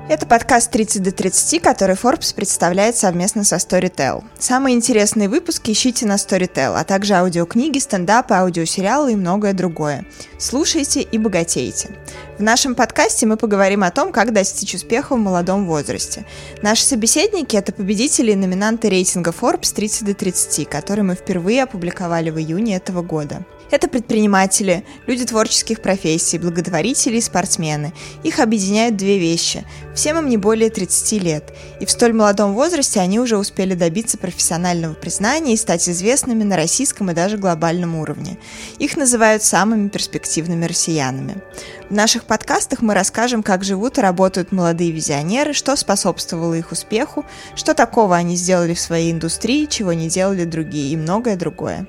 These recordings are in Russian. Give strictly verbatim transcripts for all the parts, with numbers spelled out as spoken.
Это подкаст тридцать до тридцати, который Forbes представляет совместно со Storytel. Самые интересные выпуски ищите на Storytel, а также аудиокниги, стендапы, аудиосериалы и многое другое. Слушайте и богатейте. В нашем подкасте мы поговорим о том, как достичь успеха в молодом возрасте. Наши собеседники – это победители и номинанты рейтинга Forbes тридцать до тридцати, который мы впервые опубликовали в июне этого года. Это предприниматели, люди творческих профессий, благотворители и спортсмены. Их объединяют две вещи. Всем им не более тридцати лет. И в столь молодом возрасте они уже успели добиться профессионального признания и стать известными на российском и даже глобальном уровне. Их называют самыми перспективными россиянами. В наших подкастах мы расскажем, как живут и работают молодые визионеры, что способствовало их успеху, что такого они сделали в своей индустрии, чего не делали другие и многое другое.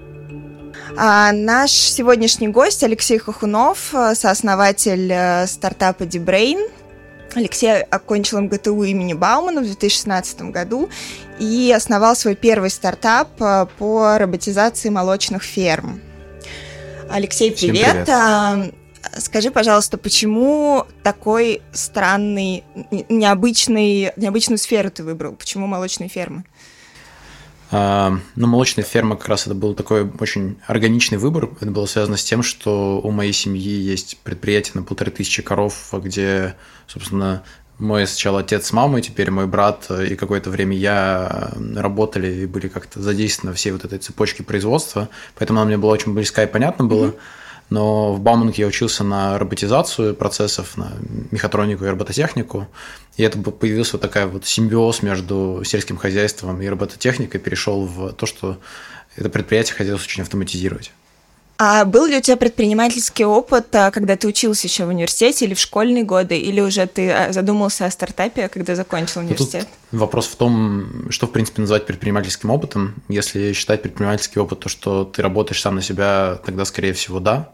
А наш сегодняшний гость Алексей Хохунов, сооснователь стартапа D-Brain. Алексей окончил эм гэ тэ у имени Баумана в две тысячи шестнадцатом году и основал свой первый стартап по роботизации молочных ферм. Алексей, привет! привет. Скажи, пожалуйста, почему такой странный, необычный, необычную сферу ты выбрал? Почему молочные фермы? Uh, ну, молочная ферма как раз это был такой очень органичный выбор. Это было связано с тем, что у моей семьи есть предприятие на полторы тысячи коров, где, собственно, мой сначала отец с мамой, теперь мой брат и какое-то время я работали и были как-то задействованы во всей вот этой цепочке производства. Поэтому она мне была очень близка и понятно было. Mm-hmm. Но в Бауманке я учился на роботизацию процессов, на мехатронику и робототехнику, и это появился вот такой вот симбиоз между сельским хозяйством и робототехникой, перешел в то, что это предприятие хотелось очень автоматизировать. А был ли у тебя предпринимательский опыт, когда ты учился еще в университете или в школьные годы, или уже ты задумался о стартапе, когда закончил университет? Тут вопрос в том, что, в принципе, называть предпринимательским опытом. Если считать предпринимательский опыт то, что ты работаешь сам на себя, тогда, скорее всего, да.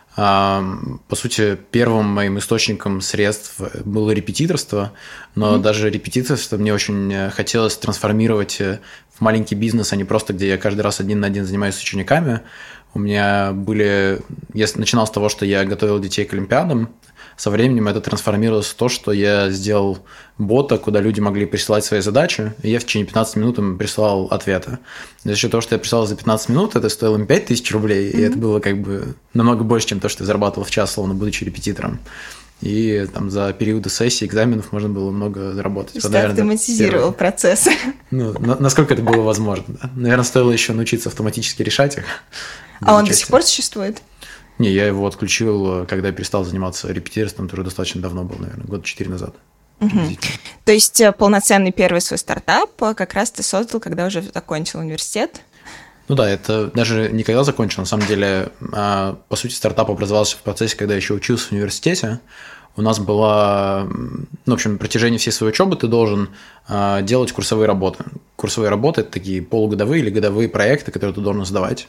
По сути, первым моим источником средств было репетиторство, но mm-hmm. даже репетиторство мне очень хотелось трансформировать в маленький бизнес, а не просто, где я каждый раз один на один занимаюсь с учениками. У меня были... Я начинал с того, что я готовил детей к олимпиадам. Со временем это трансформировалось в то, что я сделал бота, куда люди могли присылать свои задачи, и я в течение пятнадцати минут им присылал ответы. За счет того, что я присылал за пятнадцать минут, это стоило им пять тысяч рублей, mm-hmm. и это было как бы намного больше, чем то, что я зарабатывал в час, словно будучи репетитором. И там за периоды сессии, экзаменов можно было много заработать. То есть ты автоматизировал первый... процессы. Ну, на, насколько это было возможно. Да. Наверное, стоило еще научиться автоматически решать их. А он до сих пор существует? Не, я его отключил, когда я перестал заниматься репетиторством, это уже достаточно давно был, наверное, года четыре назад. Угу. То есть полноценный первый свой стартап как раз ты создал, когда уже закончил университет? Ну да, это даже не когда закончил, на самом деле, по сути, стартап образовался в процессе, когда я еще учился в университете. У нас была, ну, в общем, на протяжении всей своей учебы ты должен делать курсовые работы. Курсовые работы – это такие полугодовые или годовые проекты, которые ты должен сдавать.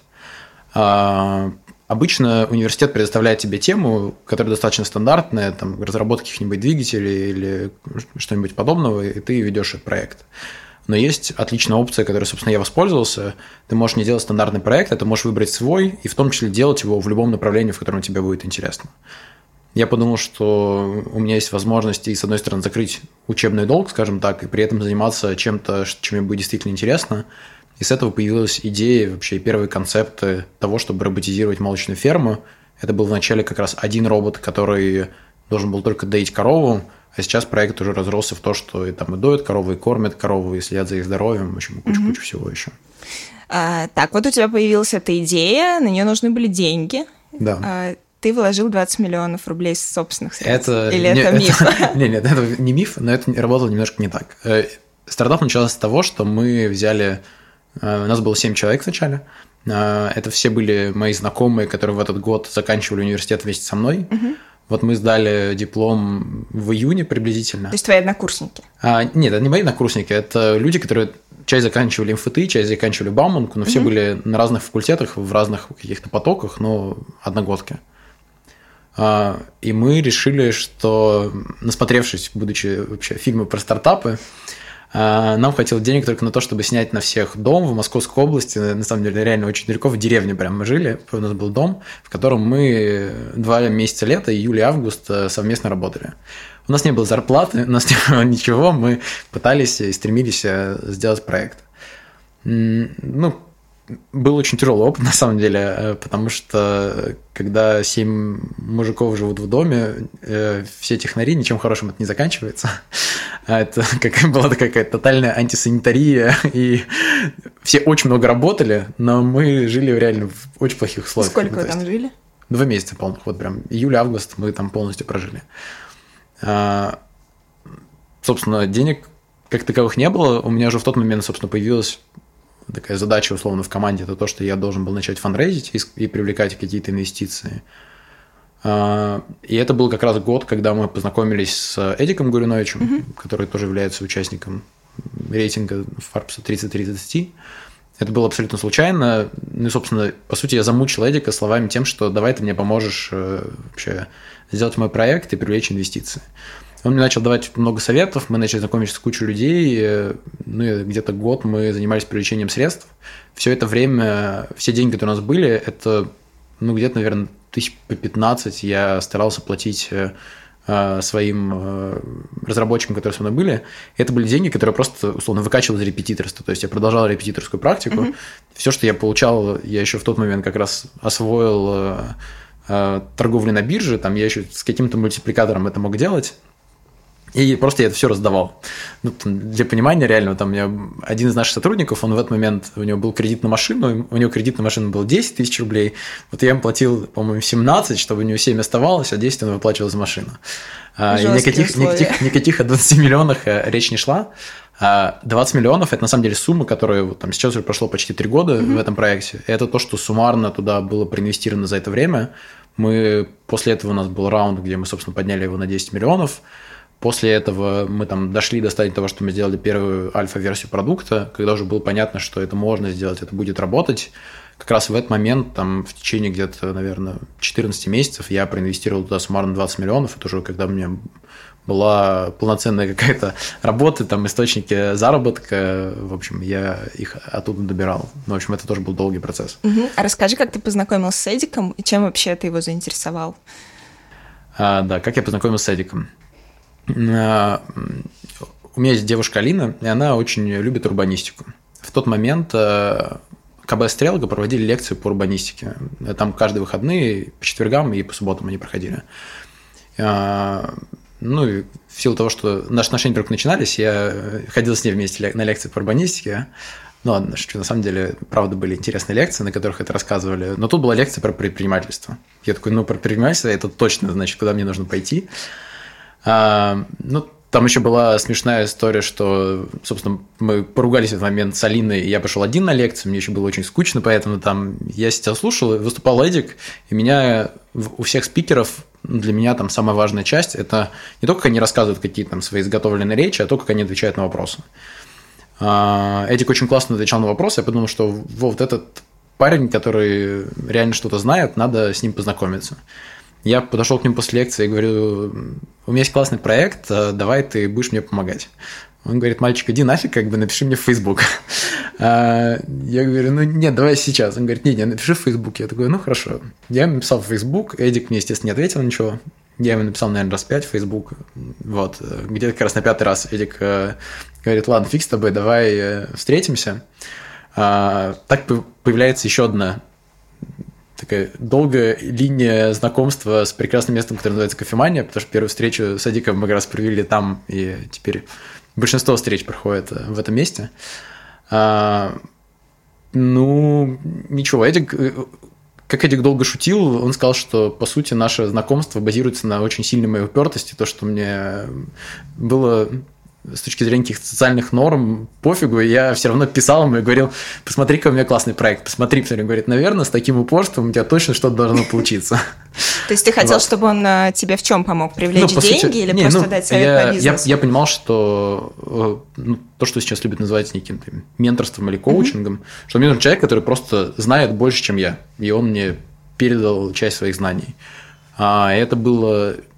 Обычно университет предоставляет тебе тему, которая достаточно стандартная, там, разработка каких-нибудь двигателей или что-нибудь подобного, и ты ведешь этот проект. Но есть отличная опция, которой, собственно, я воспользовался. Ты можешь не делать стандартный проект, а ты можешь выбрать свой, и в том числе делать его в любом направлении, в котором тебе будет интересно. Я подумал, что у меня есть возможность, и, с одной стороны, закрыть учебный долг, скажем так, и при этом заниматься чем-то, чем мне будет действительно интересно. И с этого появилась идея, вообще первые концепты того, чтобы роботизировать молочную ферму. Это был вначале как раз один робот, который должен был только доить корову, а сейчас проект уже разросся в то, что и там и доят корову, и кормят корову, и следят за их здоровьем, в общем, куча-куча mm-hmm. всего еще. А, так, вот у тебя появилась эта идея, на нее нужны были деньги. Да. А, ты вложил двадцать миллионов рублей из собственных средств? Это... Или нет, это миф? Нет, нет, это не миф, но это работало немножко не так. Стартап начался с того, что мы взяли... У нас было семь человек вначале. Это все были мои знакомые, которые в этот год заканчивали университет вместе со мной. Угу. Вот мы сдали диплом в июне приблизительно. То есть твои однокурсники? А, нет, это не мои однокурсники, это люди, которые часть заканчивали эм эф тэ, часть заканчивали Бауманку, но все угу. были на разных факультетах, в разных каких-то потоках, но одногодки. И мы решили, что, насмотревшись, будучи вообще фильмы про стартапы, Нам хватило денег только на то, чтобы снять на всех дом в Московской области. На самом деле, реально очень далеко, в деревне прям мы жили. У нас был дом, в котором мы два месяца лета, июль и август, совместно работали. У нас не было зарплаты, у нас не было ничего, мы пытались и стремились сделать проект. Ну, был очень тяжелый опыт, на самом деле, потому что когда семь мужиков живут в доме, все технари, ничем хорошим это не заканчивается. Это как, была такая какая-то тотальная антисанитария, и все очень много работали, но мы жили реально в очень плохих условиях. Сколько вы там жили? Два месяца полных, вот прям июль-август мы там полностью прожили. Собственно, денег как таковых не было, у меня уже в тот момент, собственно, появилась такая задача, условно, в команде, это то, что я должен был начать фандрейзить и, и привлекать какие-то инвестиции. И это был как раз год, когда мы познакомились с Эдиком Гуриновичем, mm-hmm. который тоже является участником рейтинга Forbes тридцать тридцать. Это было абсолютно случайно. Ну и, собственно, по сути, я замучил Эдика словами тем, что давай ты мне поможешь вообще сделать мой проект и привлечь инвестиции. Он мне начал давать много советов, мы начали знакомиться с кучей людей, ну и где-то год мы занимались привлечением средств. Все это время, все деньги, которые у нас были, это, ну, где-то, наверное, тысяч по пятнадцать я старался платить э, своим э, разработчикам, которые со мной были. Это были деньги, которые просто, условно, выкачивал из репетиторства. То есть я продолжал репетиторскую практику. Mm-hmm. Все, что я получал, я еще в тот момент как раз освоил э, э, торговлю на бирже, там я еще с каким-то мультипликатором это мог делать. И просто я это все раздавал. Ну, для понимания, реально, там у меня один из наших сотрудников, он в этот момент, у него был кредит на машину, у него кредит на машину был десять тысяч рублей, вот я ему платил, по-моему, семнадцать, чтобы у него семь оставалось, а десять он выплачивал за машину. И никаких, никаких, никаких о двадцати миллионах речь не шла. двадцать миллионов – это на самом деле сумма, которая вот, там, сейчас уже прошло почти три года mm-hmm. в этом проекте. Это то, что суммарно туда было проинвестировано за это время. Мы, после этого у нас был раунд, где мы, собственно, подняли его на десять миллионов. После этого мы там дошли до стадии того, что мы сделали первую альфа-версию продукта, когда уже было понятно, что это можно сделать, это будет работать. Как раз в этот момент, там, в течение где-то, наверное, четырнадцать месяцев я проинвестировал туда суммарно двадцать миллионов. Это уже когда у меня была полноценная какая-то работа, там, источники заработка. В общем, я их оттуда добирал. Ну, в общем, это тоже был долгий процесс. Угу. А расскажи, как ты познакомился с Эдиком и чем вообще ты его заинтересовал? А, да, как я познакомился с Эдиком. У меня есть девушка Алина, и она очень любит урбанистику. В тот момент КБ «Стрелка» проводили лекцию по урбанистике. Там каждые выходные, по четвергам и по субботам они проходили. Ну, и в силу того, что наши отношения только начинались, я ходил с ней вместе на лекции по урбанистике. Ну, ладно, шучу, на самом деле, правда, были интересные лекции, на которых это рассказывали. Но тут была лекция про предпринимательство. Я такой, ну, про предпринимательство – это точно, значит, куда мне нужно пойти. А, ну, там еще была смешная история, что, собственно, мы поругались в этот момент с Алиной, и я пошел один на лекцию, мне еще было очень скучно, поэтому там я сидел, слушал, выступал Эдик, и меня у всех спикеров, для меня там самая важная часть – это не то, как они рассказывают какие-то там свои изготовленные речи, а то, как они отвечают на вопросы. А, Эдик очень классно отвечал на вопросы, я подумал, что вот этот парень, который реально что-то знает, надо с ним познакомиться. Я подошел к нему после лекции и говорю, у меня есть классный проект, давай ты будешь мне помогать. Он говорит, мальчик, иди нафиг, как бы напиши мне в Facebook. Я говорю, ну нет, давай сейчас. Он говорит, нет, нет, напиши в Facebook. Я такой, ну хорошо. Я ему написал в Facebook, Эдик мне, естественно, не ответил ничего. Я ему написал, наверное, раз пять в Facebook. Вот, где-то как раз на пятый раз Эдик говорит, ладно, фиг с тобой, давай встретимся. Так появляется еще одна такая долгая линия знакомства с прекрасным местом, которое называется «Кофемания», потому что первую встречу с Эдиком мы как раз провели там, и теперь большинство встреч проходит в этом месте. А, ну, ничего, Эдик, как Эдик долго шутил, он сказал, что, по сути, наше знакомство базируется на очень сильной моей упертости, то, что мне было... с точки зрения каких-то социальных норм, пофигу, я все равно писал ему и говорил, посмотри-ка, у меня классный проект, посмотри, посмотри. Он говорит, наверное, с таким упорством у тебя точно что-то должно получиться. То есть ты хотел, чтобы он тебе в чем помог? Привлечь деньги или просто дать совет по бизнесу? Я понимал, что то, что сейчас любят называть неким менторством или коучингом, что мне нужен человек, который просто знает больше, чем я, и он мне передал часть своих знаний. А это было...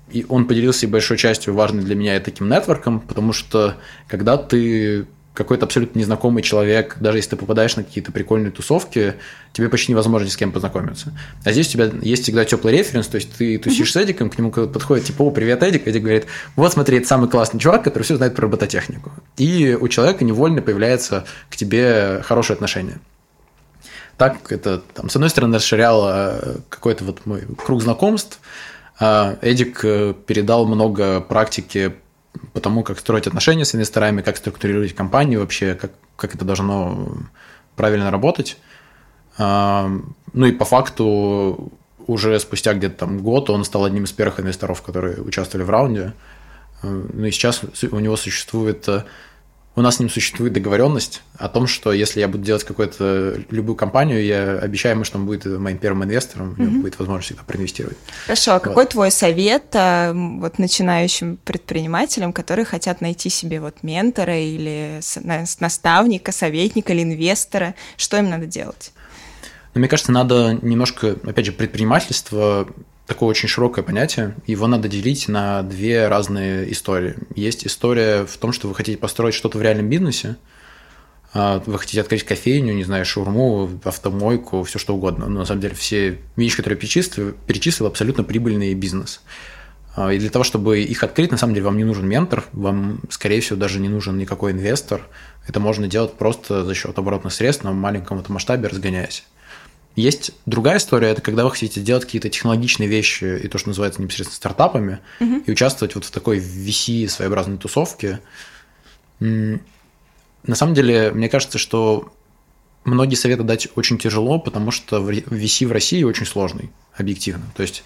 и он поделился и большой частью важной для меня и таким нетворком, потому что когда ты какой-то абсолютно незнакомый человек, даже если ты попадаешь на какие-то прикольные тусовки, тебе почти невозможно ни с кем познакомиться. А здесь у тебя есть всегда теплый референс, то есть ты тусишь с Эдиком, к нему подходит типа: «О, привет, Эдик», Эдик говорит: «Вот смотри, это самый классный чувак, который все знает про робототехнику». И у человека невольно появляется к тебе хорошее отношение. Так это, там, с одной стороны, расширяло какой-то вот мой круг знакомств. Эдик передал много практики по тому, как строить отношения с инвесторами, как структурировать компанию вообще, как, как это должно правильно работать. Ну и по факту уже спустя где-то там год он стал одним из первых инвесторов, которые участвовали в раунде. Ну и сейчас у него существует... У нас с ним существует договоренность о том, что если я буду делать какую-то любую компанию, я обещаю ему, что он будет моим первым инвестором, у него mm-hmm. будет возможность всегда проинвестировать. Хорошо, а вот. Какой твой совет вот, начинающим предпринимателям, которые хотят найти себе вот ментора или наставника, советника или инвестора? Что им надо делать? Ну, мне кажется, надо немножко, опять же, предпринимательство такое очень широкое понятие, его надо делить на две разные истории. Есть история в том, что вы хотите построить что-то в реальном бизнесе, вы хотите открыть кофейню, не знаю, шаурму, автомойку, все что угодно. Но на самом деле все вещи, которые я перечислил, перечислил, абсолютно прибыльный бизнес. И для того, чтобы их открыть, на самом деле вам не нужен ментор, вам, скорее всего, даже не нужен никакой инвестор. Это можно делать просто за счет оборотных средств на маленьком масштабе, разгоняясь. Есть другая история, это когда вы хотите делать какие-то технологичные вещи и то, что называется непосредственно стартапами, uh-huh. и участвовать вот в такой ви си своеобразной тусовке. На самом деле, мне кажется, что многие советы дать очень тяжело, потому что ви си в России очень сложный, объективно. То есть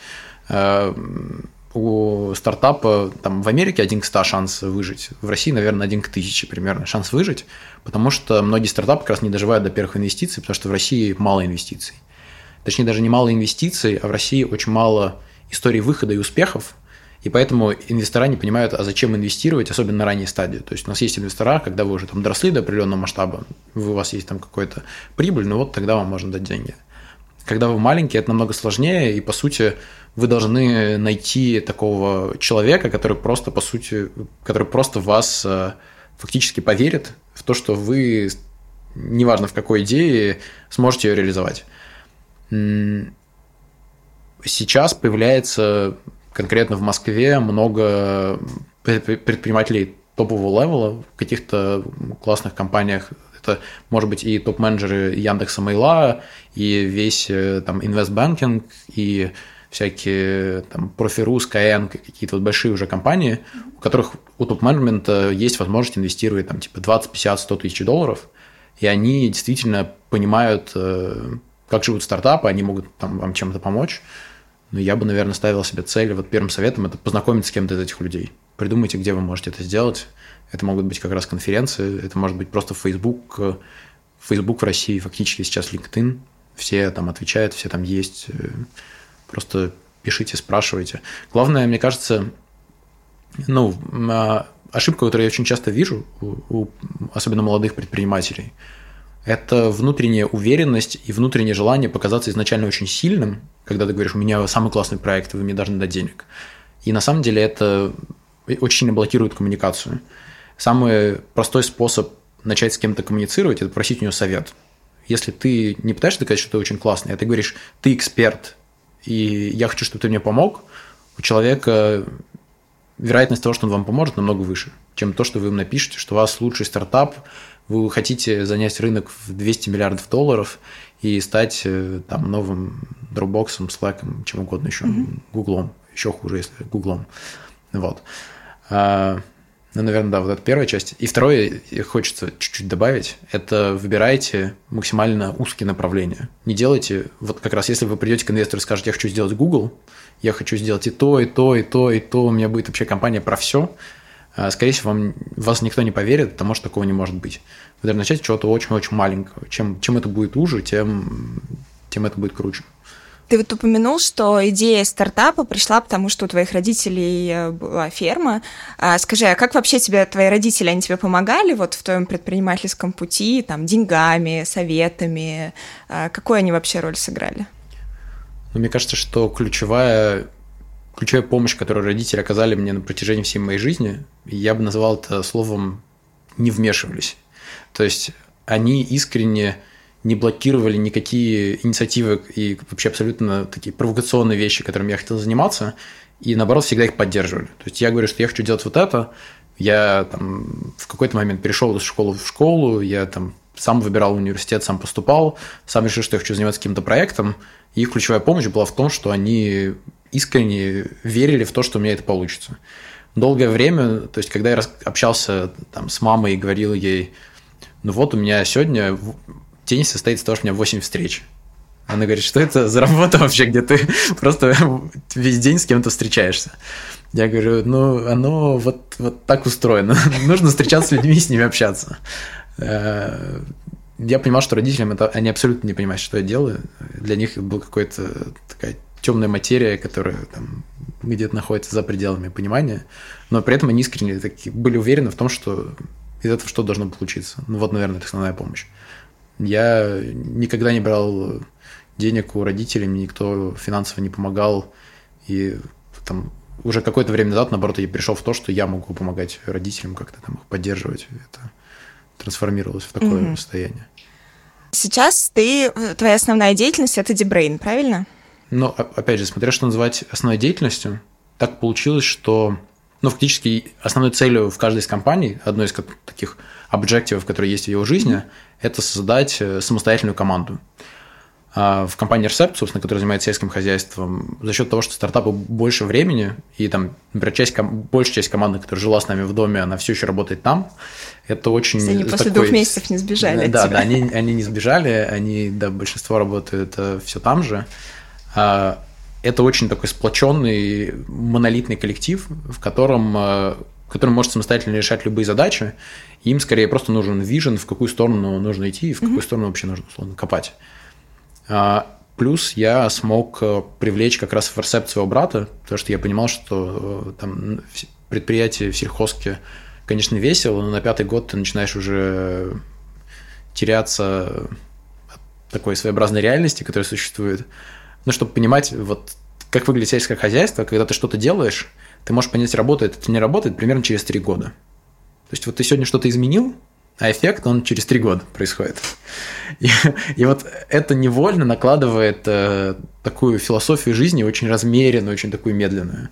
у стартапа там, в Америке один к ста шанс выжить, в России, наверное, один к тысяче примерно шанс выжить, потому что многие стартапы как раз не доживают до первых инвестиций, потому что в России мало инвестиций. Точнее, даже не мало инвестиций, а в России очень мало историй выхода и успехов, и поэтому инвестора не понимают, а зачем инвестировать, особенно на ранней стадии. То есть у нас есть инвестора, когда вы уже там доросли до определенного масштаба, у вас есть там какая-то прибыль, ну вот тогда вам можно дать деньги. Когда вы маленький, это намного сложнее, и, по сути, вы должны найти такого человека, который просто, по сути, который просто в вас фактически поверит в то, что вы, неважно в какой идее, сможете ее реализовать. Сейчас появляется конкретно в Москве много предпринимателей топового левела в каких-то классных компаниях. Это, может быть, и топ-менеджеры Яндекса.Мейла, и весь там инвестбанкинг, и всякие там Профи.ру, Skyeng, какие-то вот большие уже компании, у которых у топ-менеджмента есть возможность инвестировать там типа двадцать, пятьдесят, сто тысяч долларов, и они действительно понимают, как живут стартапы, они могут там вам чем-то помочь. Но я бы, наверное, ставил себе цель, вот первым советом – это познакомиться с кем-то из этих людей. Придумайте, где вы можете это сделать. Это могут быть как раз конференции, это может быть просто Facebook. Facebook в России фактически сейчас LinkedIn. Все там отвечают, все там есть. Просто пишите, спрашивайте. Главное, мне кажется, ну, ошибка, которую я очень часто вижу, у, у особенно молодых предпринимателей, это внутренняя уверенность и внутреннее желание показаться изначально очень сильным, когда ты говоришь: у меня самый классный проект, вы мне должны дать денег. И на самом деле это очень сильно блокирует коммуникацию. Самый простой способ начать с кем-то коммуницировать – это просить у него совет. Если ты не пытаешься доказать, что ты очень классный, а ты говоришь: ты эксперт, и я хочу, чтобы ты мне помог, у человека вероятность того, что он вам поможет, намного выше, чем то, что вы им напишете, что у вас лучший стартап, вы хотите занять рынок в двести миллиардов долларов и стать там новым Dropbox, Slack, чем угодно еще, mm-hmm. Гуглом, еще хуже, если Гуглом. Вот. Ну, наверное, да, вот это первая часть. И второе, хочется чуть-чуть добавить, это выбирайте максимально узкие направления. Не делайте, вот как раз если вы придете к инвестору и скажете: я хочу сделать Google, я хочу сделать и то, и то, и то, и то, у меня будет вообще компания про все, скорее всего, вам, вас никто не поверит, потому что такого не может быть. Вы должны начать с чего-то очень-очень маленького. Чем, чем это будет уже, тем, тем это будет круче. Ты вот упомянул, что идея стартапа пришла, потому что у твоих родителей была ферма. А скажи, а как вообще тебе твои родители, они тебе помогали вот в твоем предпринимательском пути, там, деньгами, советами? А какую они вообще роль сыграли? Ну, мне кажется, что ключевая ключевая помощь, которую родители оказали мне на протяжении всей моей жизни, я бы назвал это словом «не вмешивались». То есть они искренне не блокировали никакие инициативы и вообще абсолютно такие провокационные вещи, которыми я хотел заниматься, и наоборот всегда их поддерживали. То есть я говорю, что я хочу делать вот это, я там в какой-то момент перешел из школы в школу, я там сам выбирал университет, сам поступал, сам решил, что я хочу заниматься каким-то проектом, и их ключевая помощь была в том, что они искренне верили в то, что у меня это получится. Долгое время, то есть когда я общался там, с мамой и говорил ей, ну вот у меня сегодня день состоит из того, что у меня восемь встреч. Она говорит, что это за работа вообще, где ты просто весь день с кем-то встречаешься. Я говорю, ну, оно вот, вот так устроено. Нужно встречаться с людьми и с ними общаться. Я понимал, что родителям это, они абсолютно не понимают, что я делаю. Для них была какая-то такая темная материя, которая там где-то находится за пределами понимания. Но при этом они искренне были уверены в том, что из этого что должно получиться. Ну вот, наверное, это основная помощь. Я никогда не брал денег у родителей, мне никто финансово не помогал. И там уже какое-то время назад, наоборот, я перешел в то, что я могу помогать родителям как-то там их поддерживать. Это трансформировалось в такое mm-hmm. состояние. Сейчас ты, твоя основная деятельность – это Dbrain, правильно? Ну, опять же, смотря что называть основной деятельностью, так получилось, что ну, фактически основной целью в каждой из компаний, одной из таких объективов, которые есть в его жизни, mm-hmm. это создать самостоятельную команду. В компании Recept, собственно, которая занимается сельским хозяйством, за счет того, что стартапу больше времени, и там, например, часть, большая часть команды, которая жила с нами в доме, она все еще работает там, это очень... Они после такой... двух месяцев не сбежали Да, от тебя. Да, они, они не сбежали, они, да, большинство работают все там же. Это очень такой сплоченный, монолитный коллектив, в котором, который может самостоятельно решать любые задачи, и им скорее просто нужен вижен, в какую сторону нужно идти и в какую mm-hmm. сторону вообще нужно, условно, копать. Плюс я смог привлечь как раз в Recept своего брата, потому что я понимал, что там предприятие в сельхозке, конечно, весело, но на пятый год ты начинаешь уже теряться от такой своеобразной реальности, которая существует. Ну, чтобы понимать, вот как выглядит сельское хозяйство, когда ты что-то делаешь, ты можешь понять, работает это, не работает, примерно через три года. То есть вот ты сегодня что-то изменил, а эффект, он через три года происходит. И, и вот это невольно накладывает э, такую философию жизни, очень размеренную, очень такую медленную.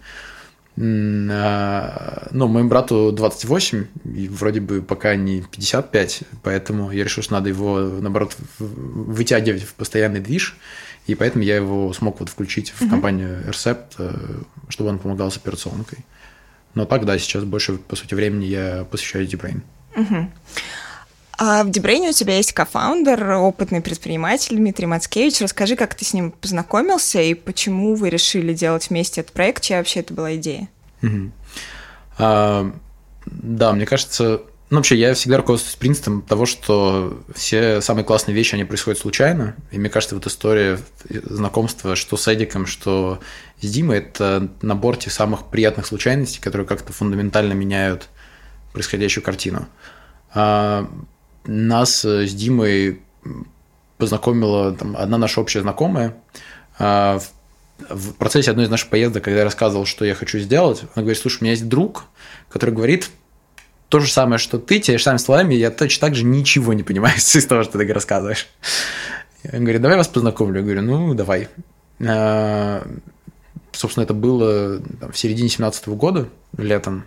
А, ну, моему брату двадцать восемь, и вроде бы пока не пятьдесят пять, поэтому я решил, что надо его, наоборот, вытягивать в постоянный движ, и поэтому я его смог вот включить в компанию Recept, чтобы он помогал с операционкой. Но так, да, сейчас больше, по сути, времени я посвящаю Dbrain. Угу. А в Dbrain у тебя есть кофаундер, опытный предприниматель Дмитрий Мацкевич. Расскажи, как ты с ним познакомился и почему вы решили делать вместе этот проект, чья вообще это была идея? Угу. А, да, мне кажется, ну, вообще я всегда руководствуюсь принципом того, что все самые классные вещи, они происходят случайно. И мне кажется, вот история знакомства что с Эдиком, что с Димой – это набор тех самых приятных случайностей, которые как-то фундаментально меняют происходящую картину. А нас с Димой познакомила там, одна наша общая знакомая. А в, в процессе одной из наших поездок, когда я рассказывал, что я хочу сделать, она говорит: слушай, у меня есть друг, который говорит то же самое, что ты, те же самыми словами, я точно так же ничего не понимаю из того, что ты рассказываешь. Я говорю: давай вас познакомлю. Я говорю: ну, давай. А, собственно, это было там, в середине семнадцатого года, летом.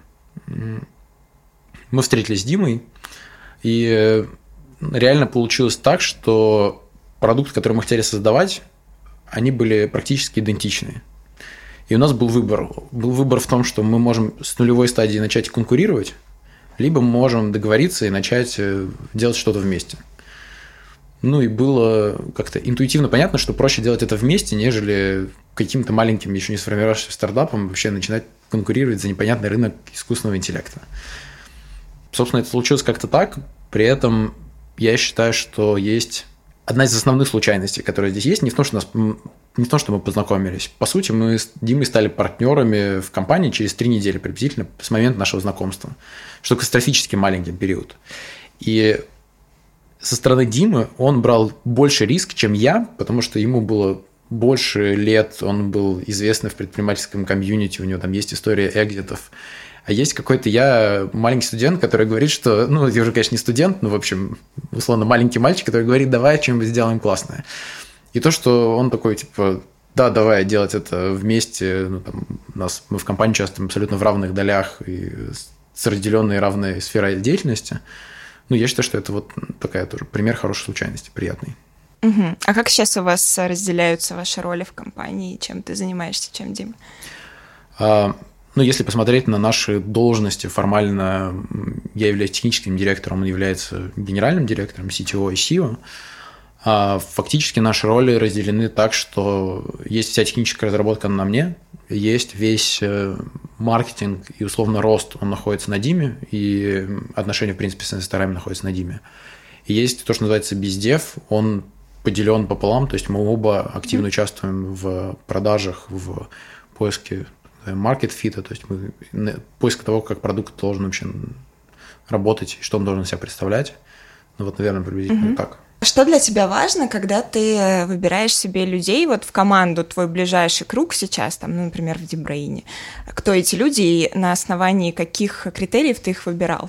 Мы встретились с Димой, и реально получилось так, что продукты, которые мы хотели создавать, они были практически идентичны. И у нас был выбор. Был выбор в том, что мы можем с нулевой стадии начать конкурировать, либо мы можем договориться и начать делать что-то вместе. Ну и было как-то интуитивно понятно, что проще делать это вместе, нежели каким-то маленьким, еще не сформировавшимся стартапом вообще начинать конкурировать за непонятный рынок искусственного интеллекта. Собственно, это случилось как-то так. При этом я считаю, что есть одна из основных случайностей, которая здесь есть, не в том, что, нас, не в том, что мы познакомились. По сути, мы с Димой стали партнерами в компании через три недели приблизительно с момента нашего знакомства, что катастрофически маленький период. И со стороны Димы он брал больше риск, чем я, потому что ему было больше лет он был известный в предпринимательском комьюнити, у него там есть история экзитов. А есть какой-то я маленький студент, который говорит, что, ну, я уже, конечно, не студент, но, в общем, условно, маленький мальчик, который говорит, давай что-нибудь сделаем классное. И то, что он такой, типа, да, давай делать это вместе, ну, там, у нас, мы в компании участвуем абсолютно в равных долях и с разделенной равной сферой деятельности, ну, я считаю, что это вот такая тоже пример хорошей случайности, приятный. Угу. А как сейчас у вас разделяются ваши роли в компании? Чем ты занимаешься, чем Дима? А, ну, если посмотреть на наши должности, формально я являюсь техническим директором, он является генеральным директором, си ти о и си и о. А фактически наши роли разделены так, что есть вся техническая разработка на мне, есть весь маркетинг и условно рост, он находится на Диме, и отношения, в принципе, с инвесторами находятся на Диме. И есть то, что называется бездев, он поделен пополам, то есть мы оба активно участвуем в продажах, в поиске маркет-фита, то есть мы, поиск того, как продукт должен вообще работать, что он должен себя представлять. Ну вот, наверное, приблизительно mm-hmm. так. Что для тебя важно, когда ты выбираешь себе людей вот в команду, твой ближайший круг сейчас, там, ну, например, в DeepBrain? Кто эти люди и на основании каких критериев ты их выбирал?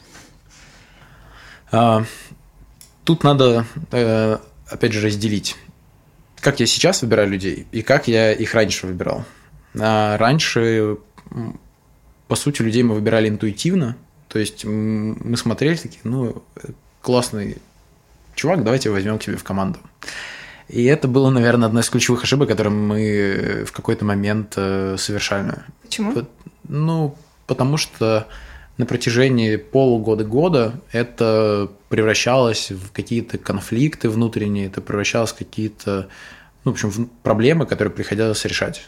А, тут надо, опять же, разделить, как я сейчас выбираю людей и как я их раньше выбирал. А раньше, по сути, людей мы выбирали интуитивно, то есть мы смотрели такие, ну, классный чувак, давайте возьмем к себе в команду. И это было, наверное, одна из ключевых ошибок, которые мы в какой-то момент совершали. Почему? Ну, потому что на протяжении полугода-года это превращалось в какие-то конфликты внутренние, это превращалось в какие-то, ну, в общем, в проблемы, которые приходилось решать.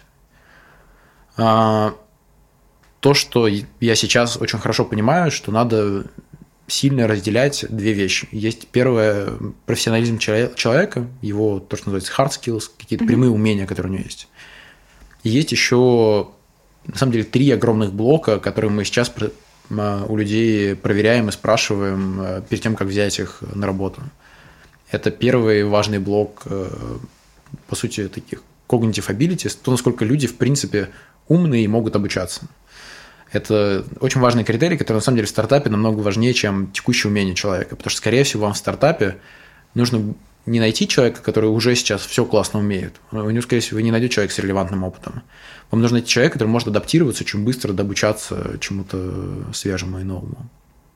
А, то, что я сейчас очень хорошо понимаю, что надо сильно разделять две вещи. Есть первое – профессионализм человека, его то, что называется hard skills, какие-то mm-hmm. прямые умения, которые у него есть. И есть еще, на самом деле, три огромных блока, которые мы сейчас у людей проверяем и спрашиваем перед тем, как взять их на работу. Это первый важный блок, по сути, таких cognitive abilities, то, насколько люди, в принципе, умные и могут обучаться. Это очень важный критерий, который, на самом деле, в стартапе намного важнее, чем текущее умение человека. Потому что, скорее всего, вам в стартапе нужно не найти человека, который уже сейчас все классно умеет. У него, скорее всего, вы не найдете человека с релевантным опытом. Вам нужно найти человека, который может адаптироваться, очень быстро добучаться чему-то свежему и новому.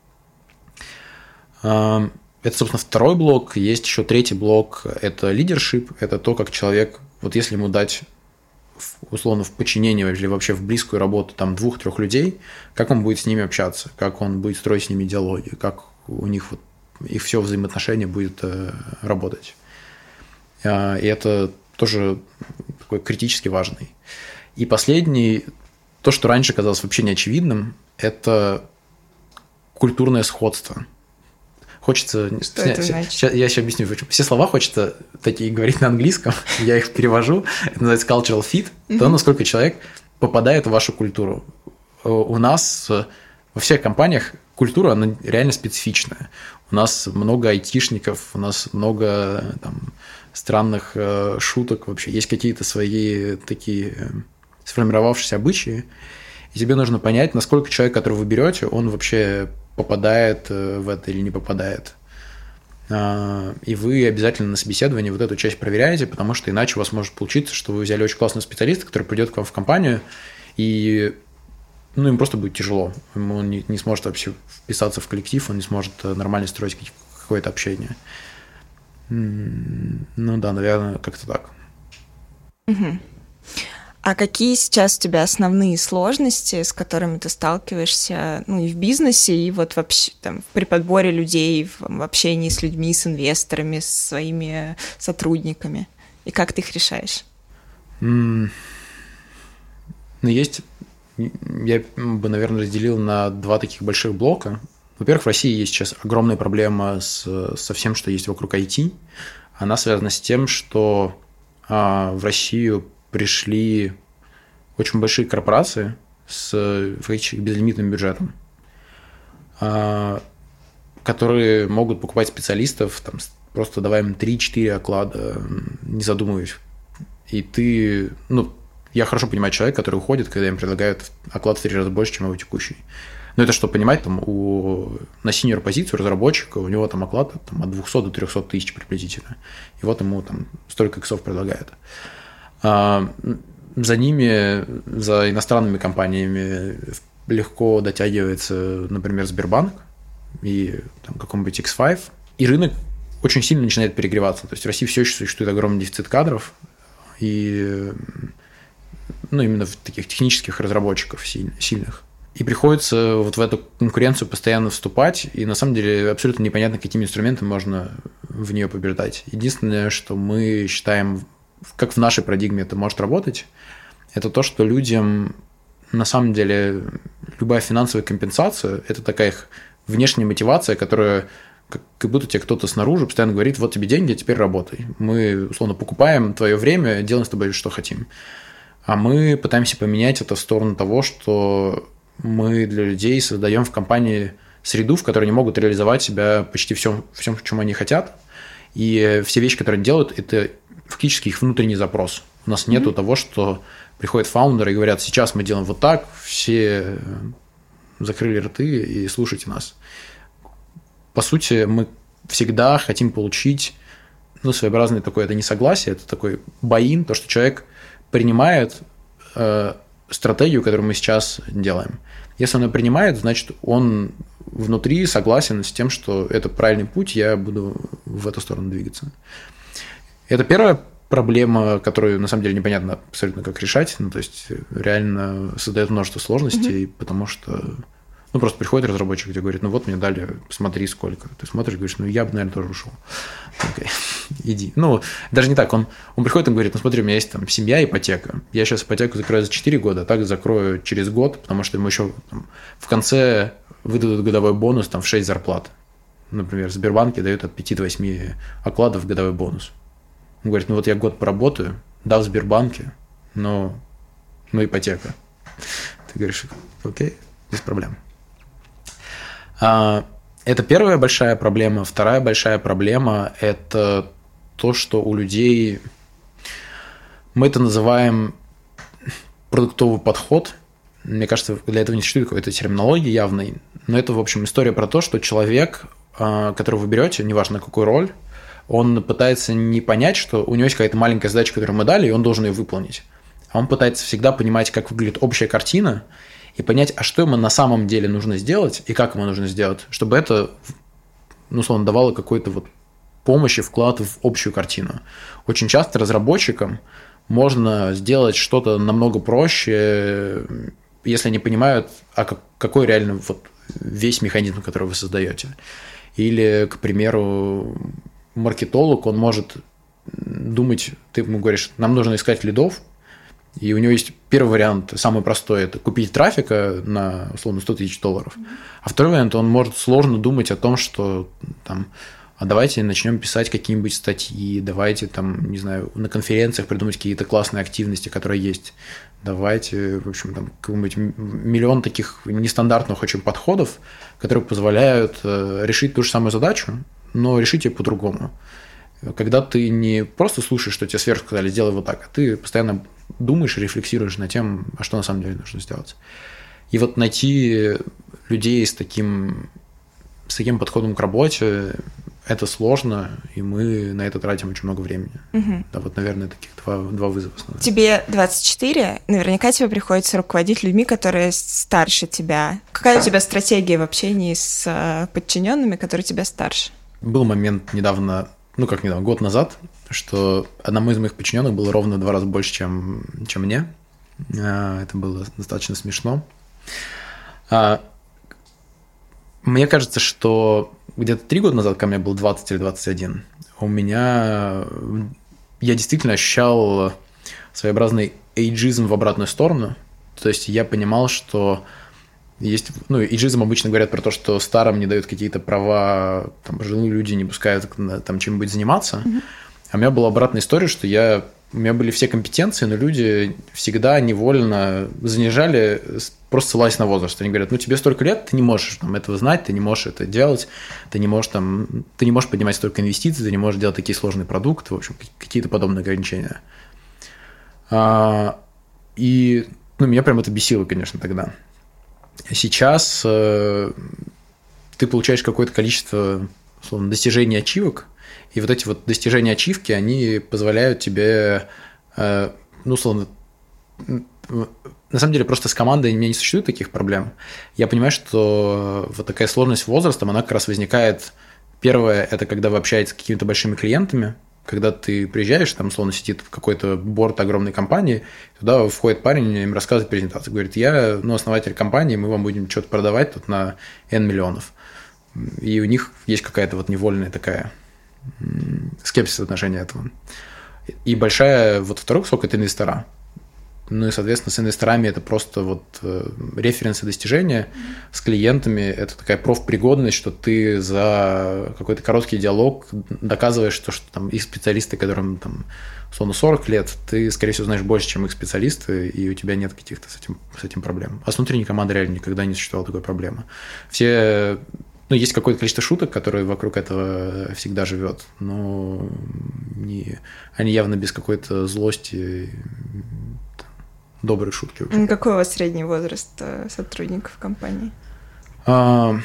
Это, собственно, второй блок. Есть еще третий блок – это лидершип. Это то, как человек, вот если ему дать условно в подчинение или вообще в близкую работу там двух-трех людей, как он будет с ними общаться, как он будет строить с ними диалоги, как у них вот их все взаимоотношения будет э, работать. И это тоже такой критически важный. И последний, то, что раньше казалось вообще неочевидным, это культурное сходство. Хочется... Что это значит? Сейчас, я сейчас объясню. Все слова хочется такие говорить на английском, я их перевожу. Это называется cultural fit. Mm-hmm. То, насколько человек попадает в вашу культуру. У нас во всех компаниях культура, она реально специфичная. У нас много айтишников, у нас много там, странных шуток вообще. Есть какие-то свои такие сформировавшиеся обычаи. И тебе нужно понять, насколько человек, которого вы берете, он вообще попадает в это или не попадает. И вы обязательно на собеседовании вот эту часть проверяете, потому что иначе у вас может получиться, что вы взяли очень классного специалиста, который придет к вам в компанию, и ну, им просто будет тяжело. Он не, не сможет вообще вписаться в коллектив, он не сможет нормально строить какое-то общение. Ну да, наверное, как-то так. Угу. А какие сейчас у тебя основные сложности, с которыми ты сталкиваешься, ну, и в бизнесе, и вот вообще там при подборе людей, в, в общении с людьми, с инвесторами, с своими сотрудниками? И как ты их решаешь? Mm. Ну, есть... Я бы, наверное, разделил на два таких больших блока. Во-первых, в России есть сейчас огромная проблема с, со всем, что есть вокруг ай ти. Она связана с тем, что а, в Россию пришли очень большие корпорации с фактически безлимитным бюджетом, которые могут покупать специалистов, там, просто давая им три-четыре оклада, не задумываясь. и ты, ну, я хорошо понимаю человека, который уходит, когда им предлагают оклад в три раза больше, чем его текущий. Но это что понимать, там, у, на синьор позицию разработчика у него там оклад там, от двухсот до трехсот тысяч приблизительно. И вот ему там столько иксов предлагают. А, за ними, за иностранными компаниями легко дотягивается, например, Сбербанк и там, какой-нибудь икс пять, и рынок очень сильно начинает перегреваться. То есть в России все еще существует огромный дефицит кадров, и ну, именно в таких технических разработчиков сильных. И приходится вот в эту конкуренцию постоянно вступать, и на самом деле абсолютно непонятно, какими инструментами можно в нее побеждать. Единственное, что мы считаем, как в нашей парадигме это может работать, это то, что людям на самом деле любая финансовая компенсация – это такая их внешняя мотивация, которая как будто тебе кто-то снаружи постоянно говорит: вот тебе деньги, теперь работай. Мы, условно, покупаем твое время, делаем с тобой, что хотим. А мы пытаемся поменять это в сторону того, что мы для людей создаем в компании среду, в которой они могут реализовать себя почти всем, всем, в чем они хотят. И все вещи, которые они делают, это фактически их внутренний запрос. У нас нету mm-hmm. того, что приходят фаундеры и говорят: сейчас мы делаем вот так, все закрыли рты и слушайте нас. По сути, мы всегда хотим получить ну, своеобразное такое, это не согласие, это такой buy-in, то, что человек принимает э, стратегию, которую мы сейчас делаем. Если он ее принимает, значит, он внутри согласен с тем, что это правильный путь, я буду в эту сторону двигаться. Это первая проблема, которую, на самом деле, непонятно абсолютно, как решать. Ну, то есть, реально создает множество сложностей, mm-hmm. потому что ну, просто приходит разработчик, где говорит: ну, вот мне дали, смотри, сколько. Ты смотришь, говоришь: ну, я бы, наверное, тоже ушел. Окей, иди. Ну, даже не так. Он, он приходит и говорит: ну, смотри, у меня есть там семья, ипотека. Я сейчас ипотеку закрою за четыре года, а так закрою через год, потому что ему еще там, в конце выдадут годовой бонус там, в шесть зарплат. Например, в Сбербанке дают от пяти до восьми окладов годовой бонус. Он говорит: ну, вот я год поработаю, да, в Сбербанке, но, но ипотека. Ты говоришь: окей, без проблем. Это первая большая проблема. Вторая большая проблема – это то, что у людей, мы это называем продуктовый подход. Мне кажется, для этого не существует какой-то терминологии явной, но это, в общем, история про то, что человек, которого вы берете, неважно на какую роль, он пытается не понять, что у него есть какая-то маленькая задача, которую мы дали, и он должен ее выполнить. А он пытается всегда понимать, как выглядит общая картина, и понять, а что ему на самом деле нужно сделать, и как ему нужно сделать, чтобы это, ну, условно, давало какой-то вот помощь и вклад в общую картину. Очень часто разработчикам можно сделать что-то намного проще, если они понимают, а какой реально вот весь механизм, который вы создаете. Или, к примеру, маркетолог, он может думать, ты ему говоришь: нам нужно искать лидов, и у него есть первый вариант, самый простой, это купить трафика на, условно, сто тысяч долларов. А второй вариант, он может сложно думать о том, что там, а давайте начнем писать какие-нибудь статьи, давайте там, не знаю, на конференциях придумать какие-то классные активности, которые есть. Давайте, в общем, там какой-нибудь миллион таких нестандартных очень подходов, которые позволяют решить ту же самую задачу, но решить ее по-другому. Когда ты не просто слушаешь, что тебе сверху сказали: сделай вот так, а ты постоянно думаешь и рефлексируешь над тем, а что на самом деле нужно сделать. И вот найти людей с таким, с таким подходом к работе – это сложно, и мы на это тратим очень много времени. Угу. Да, вот, наверное, таких два, два вызова основных. Тебе двадцать четыре, наверняка тебе приходится руководить людьми, которые старше тебя. Какая у тебя стратегия в общении с подчиненными, которые тебя старше? Был момент недавно, ну как недавно, год назад, что одному из моих подчиненных было ровно в два раза больше, чем, чем мне. Это было достаточно смешно. Мне кажется, что где-то три года назад, когда мне было двадцать или двадцать один, у меня... Я действительно ощущал своеобразный эйджизм в обратную сторону. То есть я понимал, что есть... Ну, эйджизм обычно говорят про то, что старым не дают какие-то права, там, пожилые люди не пускают там чем-нибудь заниматься. Mm-hmm. А у меня была обратная история, что я... У меня были все компетенции, но люди всегда невольно занижали, просто ссылаясь на возраст. Они говорят: ну, тебе столько лет, ты не можешь там, этого знать, ты не можешь это делать, ты не можешь, там, ты не можешь поднимать столько инвестиций, ты не можешь делать такие сложные продукты, в общем, какие-то подобные ограничения. И ну, меня прям это бесило, конечно, тогда. Сейчас э, ты получаешь какое-то количество, условно, достижений ачивок, и вот эти вот достижения ачивки, они позволяют тебе, э, ну, условно, на самом деле просто с командой у меня не существует таких проблем. Я понимаю, что вот такая сложность возрастом, она как раз возникает. Первое – это когда вы общаетесь с какими-то большими клиентами, когда ты приезжаешь, там, условно, сидит какой-то борд огромной компании, туда входит парень, им рассказывает презентацию, говорит, я, ну, основатель компании, мы вам будем что-то продавать тут на N миллионов. И у них есть какая-то вот невольная такая скепсис в отношении этого. И большая, вот второй кусок – это инвестора. Ну и, соответственно, с инвесторами это просто вот референсы достижения, с клиентами это такая профпригодность, что ты за какой-то короткий диалог доказываешь, что, что там их специалисты, которым там условно сорок лет, ты, скорее всего, знаешь больше, чем их специалисты, и у тебя нет каких-то с этим, с этим проблем. А с внутренней командой реально никогда не существовало такой проблемы. Все, ну, есть какое-то количество шуток, которые вокруг этого всегда живет, но не, они явно без какой-то злости. Добрые шутки. Вообще. Какой у вас средний возраст сотрудников компании? А,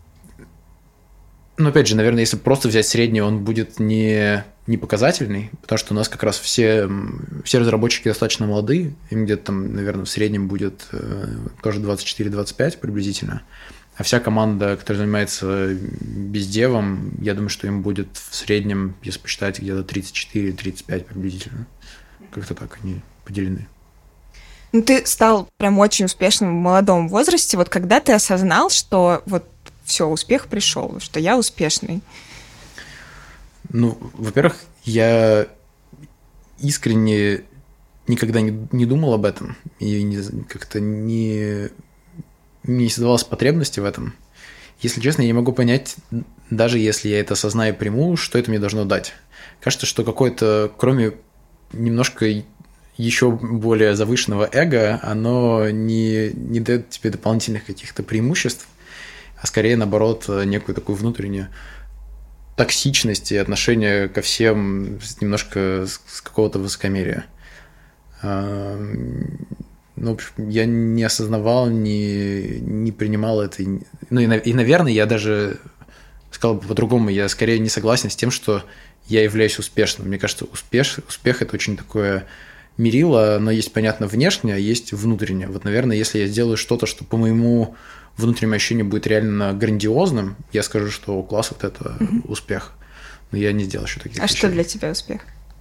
ну, опять же, наверное, если просто взять средний, он будет не, не показательный, потому что у нас как раз все, все разработчики достаточно молодые, им где-то там, наверное, в среднем будет тоже двадцать четыре - двадцать пять приблизительно. А вся команда, которая занимается бездевом, я думаю, что им будет в среднем, если посчитать, где-то тридцать четыре - тридцать пять приблизительно. Как-то так они поделены. Ну, ты стал прям очень успешным в молодом возрасте. Вот когда ты осознал, что вот все, успех пришел, что я успешный? Ну, во-первых, я искренне никогда не, не думал об этом и не, как-то не, не создавалась потребности в этом. Если честно, я не могу понять, даже если я это осознаю и приму, что это мне должно дать. Кажется, что какое-то, кроме немножко еще более завышенного эго, оно не, не дает тебе дополнительных каких-то преимуществ, а скорее, наоборот, некую такую внутреннюю токсичность и отношение ко всем немножко с какого-то высокомерия. Ну, в общем, я не осознавал, не, не принимал это. Ну, и, и, наверное, я даже сказал бы по-другому, я скорее не согласен с тем, что я являюсь успешным. Мне кажется, успех, успех – это очень такое мерило, но есть, понятно, внешнее, а есть внутреннее. Вот, наверное, если я сделаю что-то, что по моему внутреннему ощущению будет реально грандиозным, я скажу, что класс, вот это mm-hmm. успех. Но я не сделал еще таких А вещей. что для тебя успех?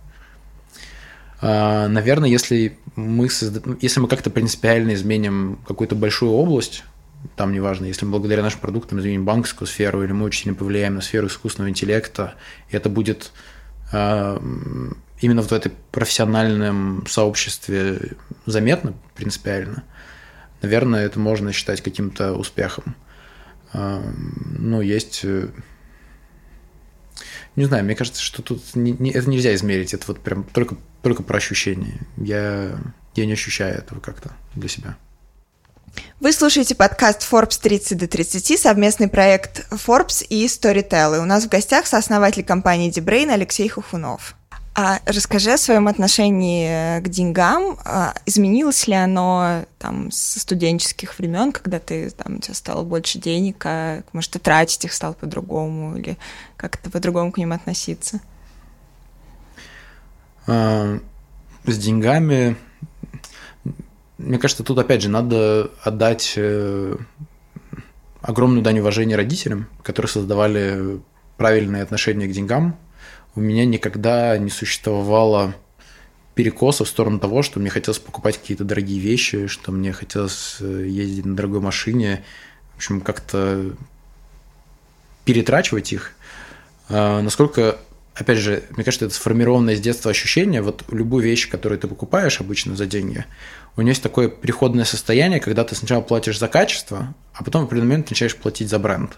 А, наверное, если мы, созда... если мы как-то принципиально изменим какую-то большую область, там неважно, если мы благодаря нашим продуктам изменим банковскую сферу, или мы очень сильно повлияем на сферу искусственного интеллекта, и это будет а, именно в этой профессиональном сообществе заметно, принципиально, наверное, это можно считать каким-то успехом. А, ну, есть... Не знаю, мне кажется, что тут не, не, это нельзя измерить, это вот прям только, только про ощущения. Я, я не ощущаю этого как-то для себя. Вы слушаете подкаст Forbes тридцать до тридцати, совместный проект Forbes и Storytel. И у нас в гостях сооснователь компании DeBrain Алексей Хохунов. А расскажи о своем отношении к деньгам. Изменилось ли оно там со студенческих времен, когда ты там, у тебя стало больше денег, а, может, ты тратить их стал по-другому, или как-то по-другому к ним относиться? А, с деньгами, мне кажется, тут опять же надо отдать огромную дань уважения родителям, которые создавали правильные отношения к деньгам. У меня никогда не существовало перекоса в сторону того, что мне хотелось покупать какие-то дорогие вещи, что мне хотелось ездить на дорогой машине, в общем, как-то перетрачивать их. Насколько, опять же, мне кажется, это сформированное с детства ощущение, вот любую вещь, которую ты покупаешь обычно за деньги, у нее есть такое переходное состояние, когда ты сначала платишь за качество, а потом в определенный момент начинаешь платить за бренд.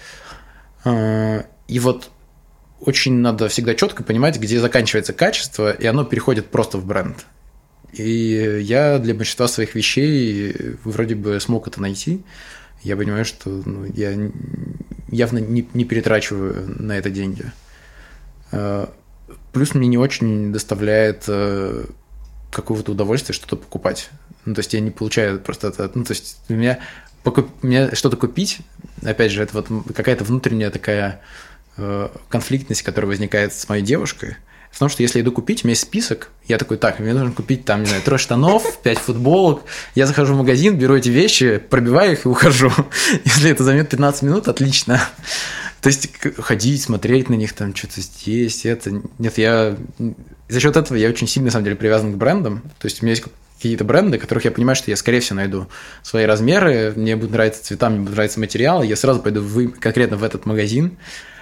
И вот очень надо всегда четко понимать, где заканчивается качество, и оно переходит просто в бренд. И я для большинства своих вещей вроде бы смог это найти. Я понимаю, что ну, я явно не, не перетрачиваю на это деньги. Плюс мне не очень доставляет какого-то удовольствия что-то покупать. Ну, то есть я не получаю просто это... Ну, то есть у меня, покуп... мне что-то купить, опять же, это вот какая-то внутренняя такая э, конфликтность, которая возникает с моей девушкой. Потому что если я иду купить, у меня есть список, я такой, так, мне нужно купить там, не знаю, трое штанов, пять футболок. Я захожу в магазин, беру эти вещи, пробиваю их и ухожу. Если это займет пятнадцать минут, отлично. То есть ходить, смотреть на них, там что-то здесь, это... Нет, я... За счет этого я очень сильно, на самом деле, привязан к брендам. То есть у меня есть какие-то бренды, которых я понимаю, что я, скорее всего, найду свои размеры, мне будут нравиться цвета, мне будут нравиться материалы, я сразу пойду в, конкретно в этот магазин,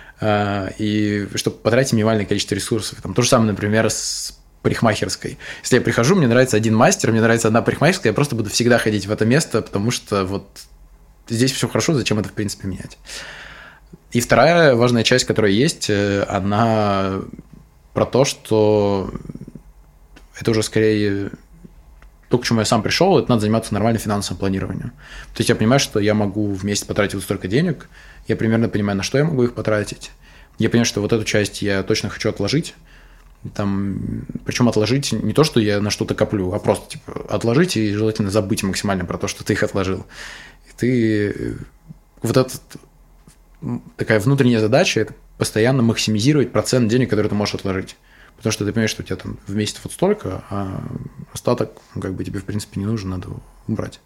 и чтобы потратить минимальное количество ресурсов. Там то же самое, например, с парикмахерской. Если я прихожу, мне нравится один мастер, мне нравится одна парикмахерская, я просто буду всегда ходить в это место, потому что вот здесь все хорошо, зачем это, в принципе, менять. И вторая важная часть, которая есть, она про то, что это уже скорее то, к чему я сам пришел, это надо заниматься нормальным финансовым планированием. То есть я понимаю, что я могу в месяц потратить вот столько денег, я примерно понимаю, на что я могу их потратить. Я понимаю, что вот эту часть я точно хочу отложить. Там, причем отложить не то, что я на что-то коплю, а просто типа, отложить и желательно забыть максимально про то, что ты их отложил. И ты вот этот такая внутренняя задача – это постоянно максимизировать процент денег, которые ты можешь отложить. Потому что ты понимаешь, что у тебя там в месяц вот столько, а остаток, ну, как бы тебе, в принципе, не нужен, надо убрать.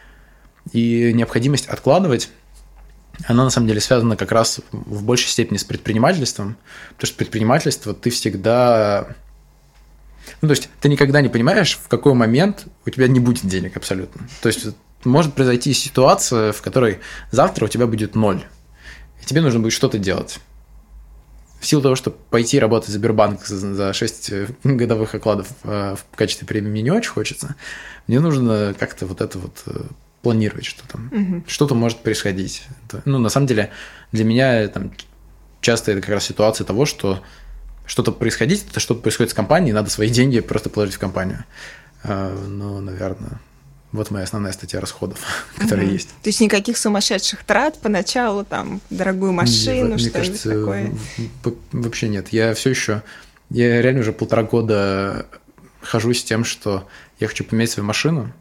И необходимость откладывать, она на самом деле связана как раз в большей степени с предпринимательством, потому что предпринимательство ты всегда... Ну, то есть ты никогда не понимаешь, в какой момент у тебя не будет денег абсолютно. То есть может произойти ситуация, в которой завтра у тебя будет ноль, и тебе нужно будет что-то делать. В силу того, что пойти работать в Сбербанк за шесть годовых окладов в качестве премии мне не очень хочется, мне нужно как-то вот это вот планировать, что там угу. что-то может происходить. Ну, на самом деле, для меня там, часто это как раз ситуация того, что что-то происходить, это что-то происходит с компанией, надо свои деньги просто положить в компанию. Ну, наверное... Вот моя основная статья расходов, которая угу. есть. То есть никаких сумасшедших трат поначалу, там, дорогую машину, что-нибудь кажется, такое? Вообще нет. Я все еще... Я реально уже полтора года хожу с тем, что я хочу поменять свою машину,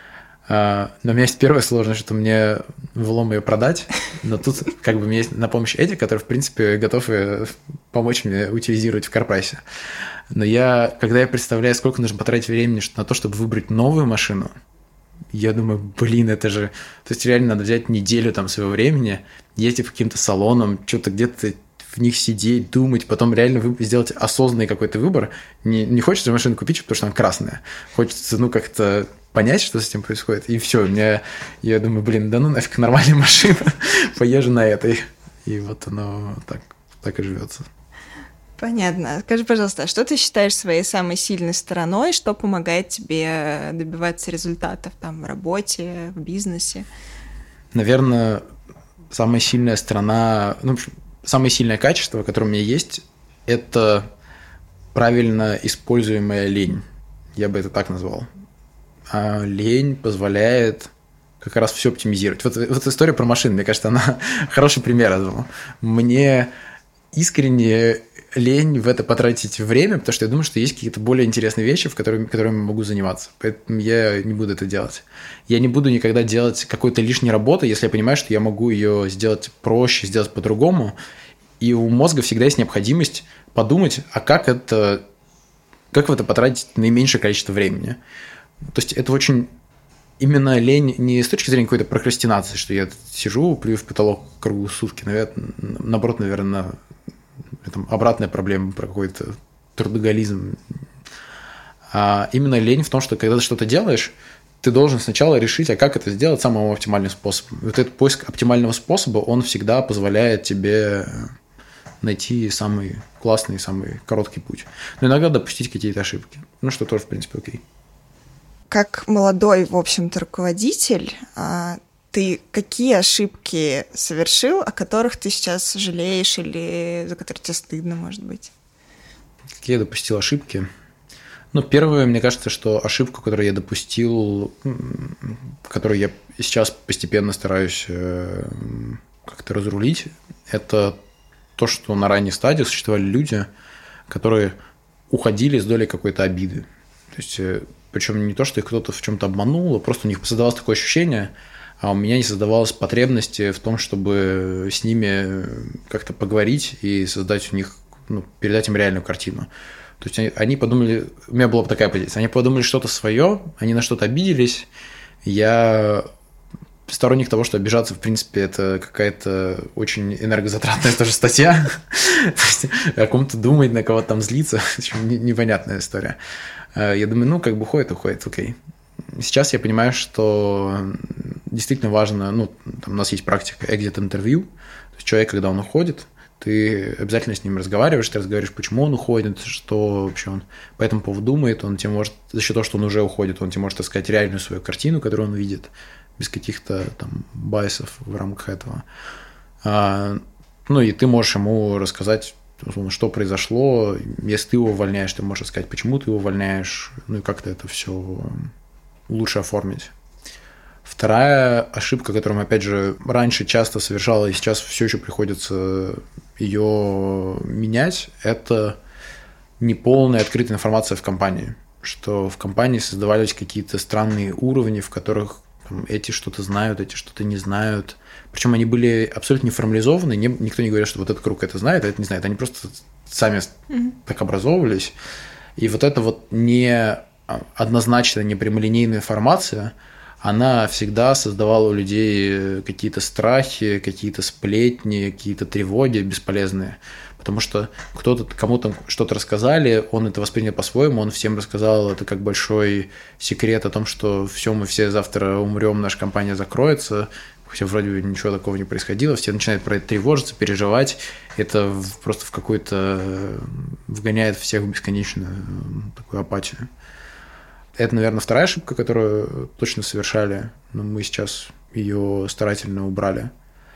но у меня есть первая сложность, что мне влом ее продать, но тут как бы у меня есть на помощь Эдик, который, в принципе, готов помочь мне утилизировать в Карпрасе. Но я, когда я представляю, сколько нужно потратить времени на то, чтобы выбрать новую машину, я думаю, блин, это же... То есть реально надо взять неделю там своего времени, ездить по каким-то салонам, что-то где-то в них сидеть, думать, потом реально сделать осознанный какой-то выбор. Не, не хочется машину купить, потому что она красная. Хочется, ну, как-то понять, что с этим происходит. И все, у меня... Я думаю, блин, да ну нафиг нормальная машина, поезжу на этой. И вот оно так, так и живется. Понятно. Скажи, пожалуйста, а что ты считаешь своей самой сильной стороной, что помогает тебе добиваться результатов там, в работе, в бизнесе? Наверное, самая сильная сторона, ну, самое сильное качество, которое у меня есть, это правильно используемая лень. Я бы это так назвал. А лень позволяет как раз все оптимизировать. Вот, вот история про машины, мне кажется, она хороший пример этого. Мне искренне лень в это потратить время, потому что я думаю, что есть какие-то более интересные вещи, в которыми, которыми я могу заниматься. Поэтому я не буду это делать. Я не буду никогда делать какой-то лишней работы, если я понимаю, что я могу ее сделать проще, сделать по-другому. И у мозга всегда есть необходимость подумать, а как это, как в это потратить наименьшее количество времени. То есть это очень... Именно лень не с точки зрения какой-то прокрастинации, что я сижу, плюю в потолок круглые сутки, наоборот, наверное, это обратная проблема про какой-то трудоголизм. А именно лень в том, что когда ты что-то делаешь, ты должен сначала решить, а как это сделать самым оптимальным способом. Вот этот поиск оптимального способа, он всегда позволяет тебе найти самый классный, самый короткий путь. Но иногда допустить какие-то ошибки. Ну, что тоже, в принципе, окей. Как молодой, в общем-то, руководитель, ты какие ошибки совершил, о которых ты сейчас жалеешь или за которые тебе стыдно, может быть? Какие я допустил ошибки? Ну, первое, мне кажется, что ошибку, которую я допустил, которую я сейчас постепенно стараюсь как-то разрулить, это то, что на ранней стадии существовали люди, которые уходили с долей какой-то обиды. То есть, причем не то, что их кто-то в чем-то обманул, а просто у них создавалось такое ощущение, а у меня не создавалось потребности в том, чтобы с ними как-то поговорить и создать у них, ну, передать им реальную картину. То есть они, они подумали, у меня была такая позиция, они подумали что-то свое, они на что-то обиделись. Я сторонник того, что обижаться, в принципе, это какая-то очень энергозатратная тоже статья. То есть о ком-то думать, на кого-то там злиться, непонятная история. Я думаю, ну, как бы уходит, уходит, окей. Сейчас я понимаю, что действительно важно, ну, там у нас есть практика exit-интервью, то есть человек, когда он уходит, ты обязательно с ним разговариваешь, ты разговариваешь, почему он уходит, что вообще он по этому поводу думает, он тебе может, за счет того, что он уже уходит, он тебе может рассказать реальную свою картину, которую он видит, без каких-то там байсов в рамках этого. А, ну и ты можешь ему рассказать, что произошло, если ты его увольняешь, ты можешь рассказать, почему ты его увольняешь, ну и как-то это все лучше оформить. Вторая ошибка, которую, опять же, раньше часто совершала и сейчас все еще приходится ее менять, это неполная открытая информация в компании. Что в компании создавались какие-то странные уровни, в которых там, эти что-то знают, эти что-то не знают. Причем они были абсолютно не формализованы, не, никто не говорит, что вот этот круг это знает, а это не знает. Они просто сами mm-hmm. так образовывались. И вот эта вот не однозначная, не прямолинейная информация, она всегда создавала у людей какие-то страхи, какие-то сплетни, какие-то тревоги бесполезные. Потому что кто-то, кому-то что-то рассказали, он это воспринял по-своему, он всем рассказал это как большой секрет о том, что все, мы все завтра умрем, наша компания закроется, хотя вроде бы ничего такого не происходило, все начинают про это тревожиться, переживать, это просто в какой-то вгоняет всех в бесконечную такую апатию. Это, наверное, вторая ошибка, которую точно совершали, но мы сейчас ее старательно убрали.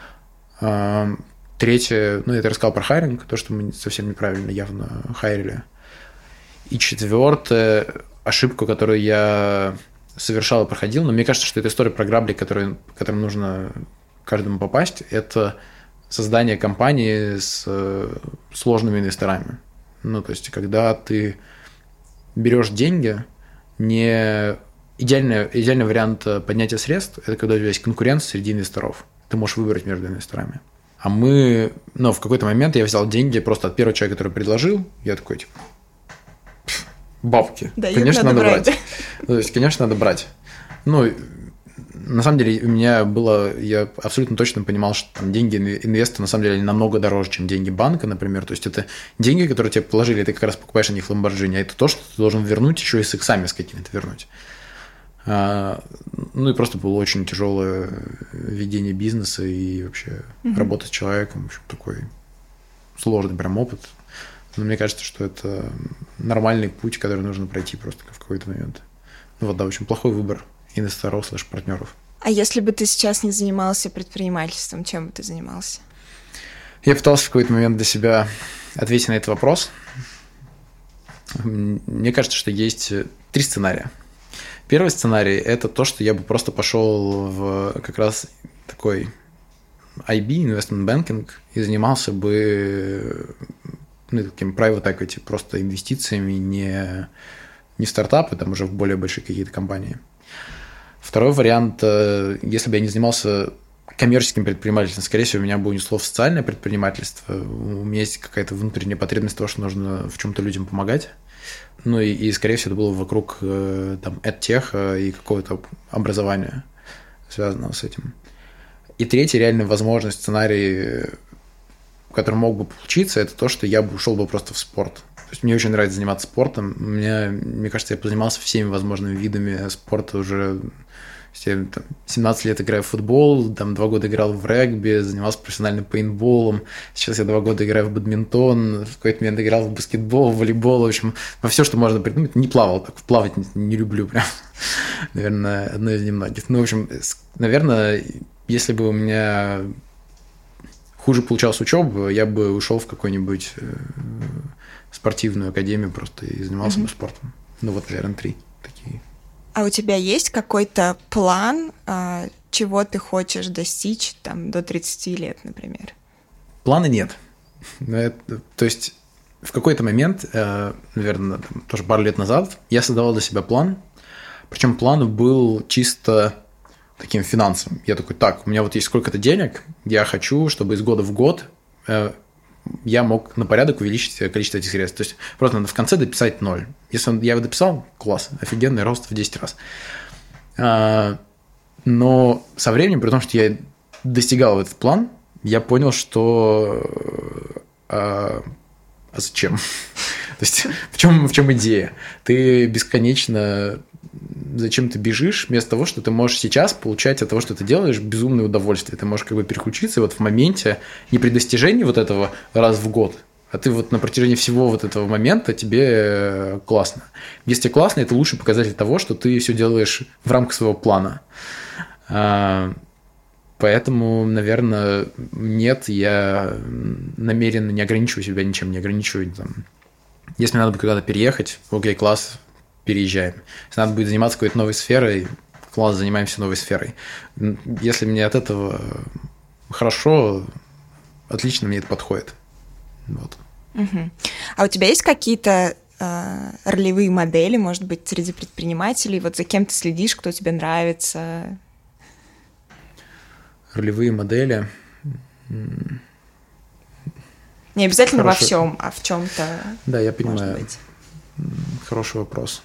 Третье, ну, это я рассказал про хайринг, то, что мы совсем неправильно явно хайрили. И четвертая ошибка, которую я совершал и проходил, но мне кажется, что это история про грабли, которые, по которым нужно каждому попасть, это создание компании с сложными инвесторами. Ну, то есть, когда ты берешь деньги, не идеальный, идеальный вариант поднятия средств – это когда у тебя есть конкуренция среди инвесторов. Ты можешь выбрать между инвесторами. А мы, ну, в какой-то момент я взял деньги просто от первого человека, который предложил. Я такой, типа, бабки. Да, конечно, надо, надо брать. брать. То есть, конечно, надо брать. Ну, на самом деле, у меня было, я абсолютно точно понимал, что там деньги инвестора на самом деле намного дороже, чем деньги банка, например. То есть, это деньги, которые тебе положили, ты как раз покупаешь на них Lamborghini, а это то, что ты должен вернуть, еще и с иксами с какими-то вернуть. А, ну, и просто было очень тяжелое ведение бизнеса и вообще mm-hmm. работа с человеком. В общем, такой сложный прям опыт. Но мне кажется, что это нормальный путь, который нужно пройти просто в какой-то момент. Ну вот, да, очень плохой выбор инвесторов слэш партнеров. А если бы ты сейчас не занимался предпринимательством, чем бы ты занимался? Я пытался в какой-то момент для себя ответить на этот вопрос. Мне кажется, что есть три сценария. Первый сценарий – это то, что я бы просто пошел в как раз такой ай би, investment banking, и занимался бы ну, таким private equity, просто инвестициями, не, не в стартапы, там уже в более большие какие-то компании. Второй вариант, если бы я не занимался коммерческим предпринимательством, скорее всего, меня бы унесло в социальное предпринимательство. У меня есть какая-то внутренняя потребность того, что нужно в чем-то людям помогать. Ну и, и, скорее всего, это было вокруг там эдтеха и какого-то образования, связанного с этим. И третья реальная возможность, сценарий, который мог бы получиться, это то, что я бы ушел бы просто в спорт. То есть мне очень нравится заниматься спортом. Мне, мне кажется, я позанимался всеми возможными видами спорта уже. Я там, семнадцать лет играю в футбол, там, два года играл в регби, занимался профессиональным пейнтболом. Сейчас я два года играю в бадминтон, в какой-то момент играл в баскетбол, в волейбол. В общем, во все, что можно придумать. Не плавал, так плавать не, не люблю прям. Наверное, одно из немногих. Ну, в общем, наверное, если бы у меня хуже получалась учеба, я бы ушел в какую-нибудь спортивную академию просто и занимался mm-hmm. бы спортом. Ну, вот, наверное, три такие. А у тебя есть какой-то план, чего ты хочешь достичь там, до тридцати лет, например? Плана нет. Это, то есть в какой-то момент, наверное, тоже пару лет назад, я создавал для себя план, причем план был чисто таким финансовым. Я такой, так, у меня вот есть сколько-то денег, я хочу, чтобы из года в год я мог на порядок увеличить количество этих средств. То есть просто надо в конце дописать ноль. Если он, я его дописал, класс, офигенный рост в десять раз. Но со временем, при том, что я достигал этот план, я понял, что а, а зачем? То есть в чем, в чем идея? Ты бесконечно зачем ты бежишь, вместо того, что ты можешь сейчас получать от того, что ты делаешь, безумное удовольствие. Ты можешь как бы переключиться и вот в моменте не при достижении вот этого раз в год, а ты вот на протяжении всего вот этого момента тебе классно. Если классно, это лучший показатель того, что ты все делаешь в рамках своего плана. Поэтому, наверное, нет, я намеренно не ограничиваю себя ничем, не ограничиваю. Там, если мне надо будет куда-то переехать, окей, класс, переезжаем. Если надо будет заниматься какой-то новой сферой, класс, занимаемся новой сферой. Если мне от этого хорошо, отлично, мне это подходит. Вот. Угу. А у тебя есть какие-то э, ролевые модели, может быть, среди предпринимателей? Вот за кем ты следишь, кто тебе нравится? Ролевые модели. Не обязательно Хороший... во всем, а в чем-то. Да, я понимаю. Хороший вопрос.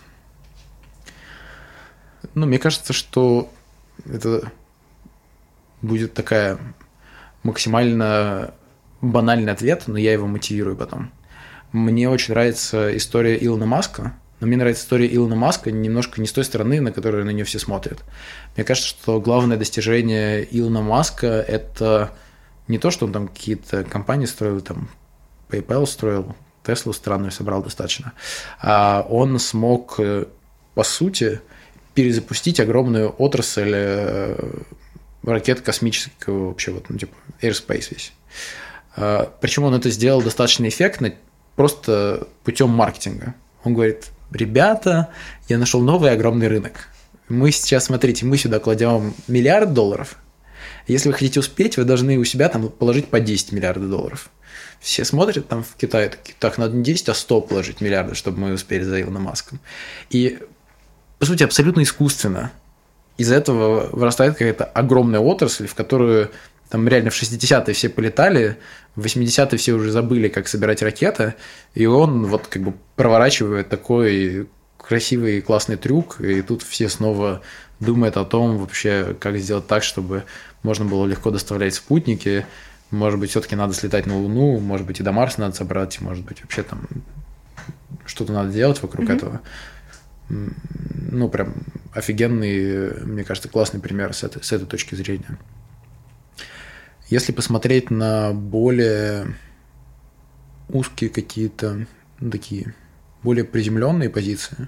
Ну, мне кажется, что это будет такая максимально банальный ответ, но я его мотивирую потом. Мне очень нравится история Илона Маска, но мне нравится история Илона Маска немножко не с той стороны, на которую на нее все смотрят. Мне кажется, что главное достижение Илона Маска – это не то, что он там какие-то компании строил, там PayPal строил, Теслу странную собрал достаточно, а он смог, по сути, перезапустить огромную отрасль ракет космического вообще, вот, ну, типа airspace весь. Причем он это сделал достаточно эффектно, просто путем маркетинга. Он говорит, ребята, я нашел новый огромный рынок. Мы сейчас, смотрите, мы сюда кладем миллиард долларов. Если вы хотите успеть, вы должны у себя там положить по десять миллиардов долларов. Все смотрят там в Китае, такие, так, надо не десять, а сто положить миллиардов, чтобы мы успели за Илоном Маском. И, по сути, абсолютно искусственно из этого вырастает какая-то огромная отрасль, в которую там реально в шестидесятые все полетали, в восьмидесятые все уже забыли, как собирать ракеты, и он вот как бы проворачивает такой красивый и классный трюк, и тут все снова думают о том вообще, как сделать так, чтобы можно было легко доставлять спутники. Может быть, все-таки надо слетать на Луну, может быть, и до Марса надо собрать, может быть, вообще там что-то надо делать вокруг mm-hmm. этого. Ну, прям офигенный, мне кажется, классный пример с этой, с этой точки зрения. Если посмотреть на более узкие какие-то, ну, такие, более приземленные позиции,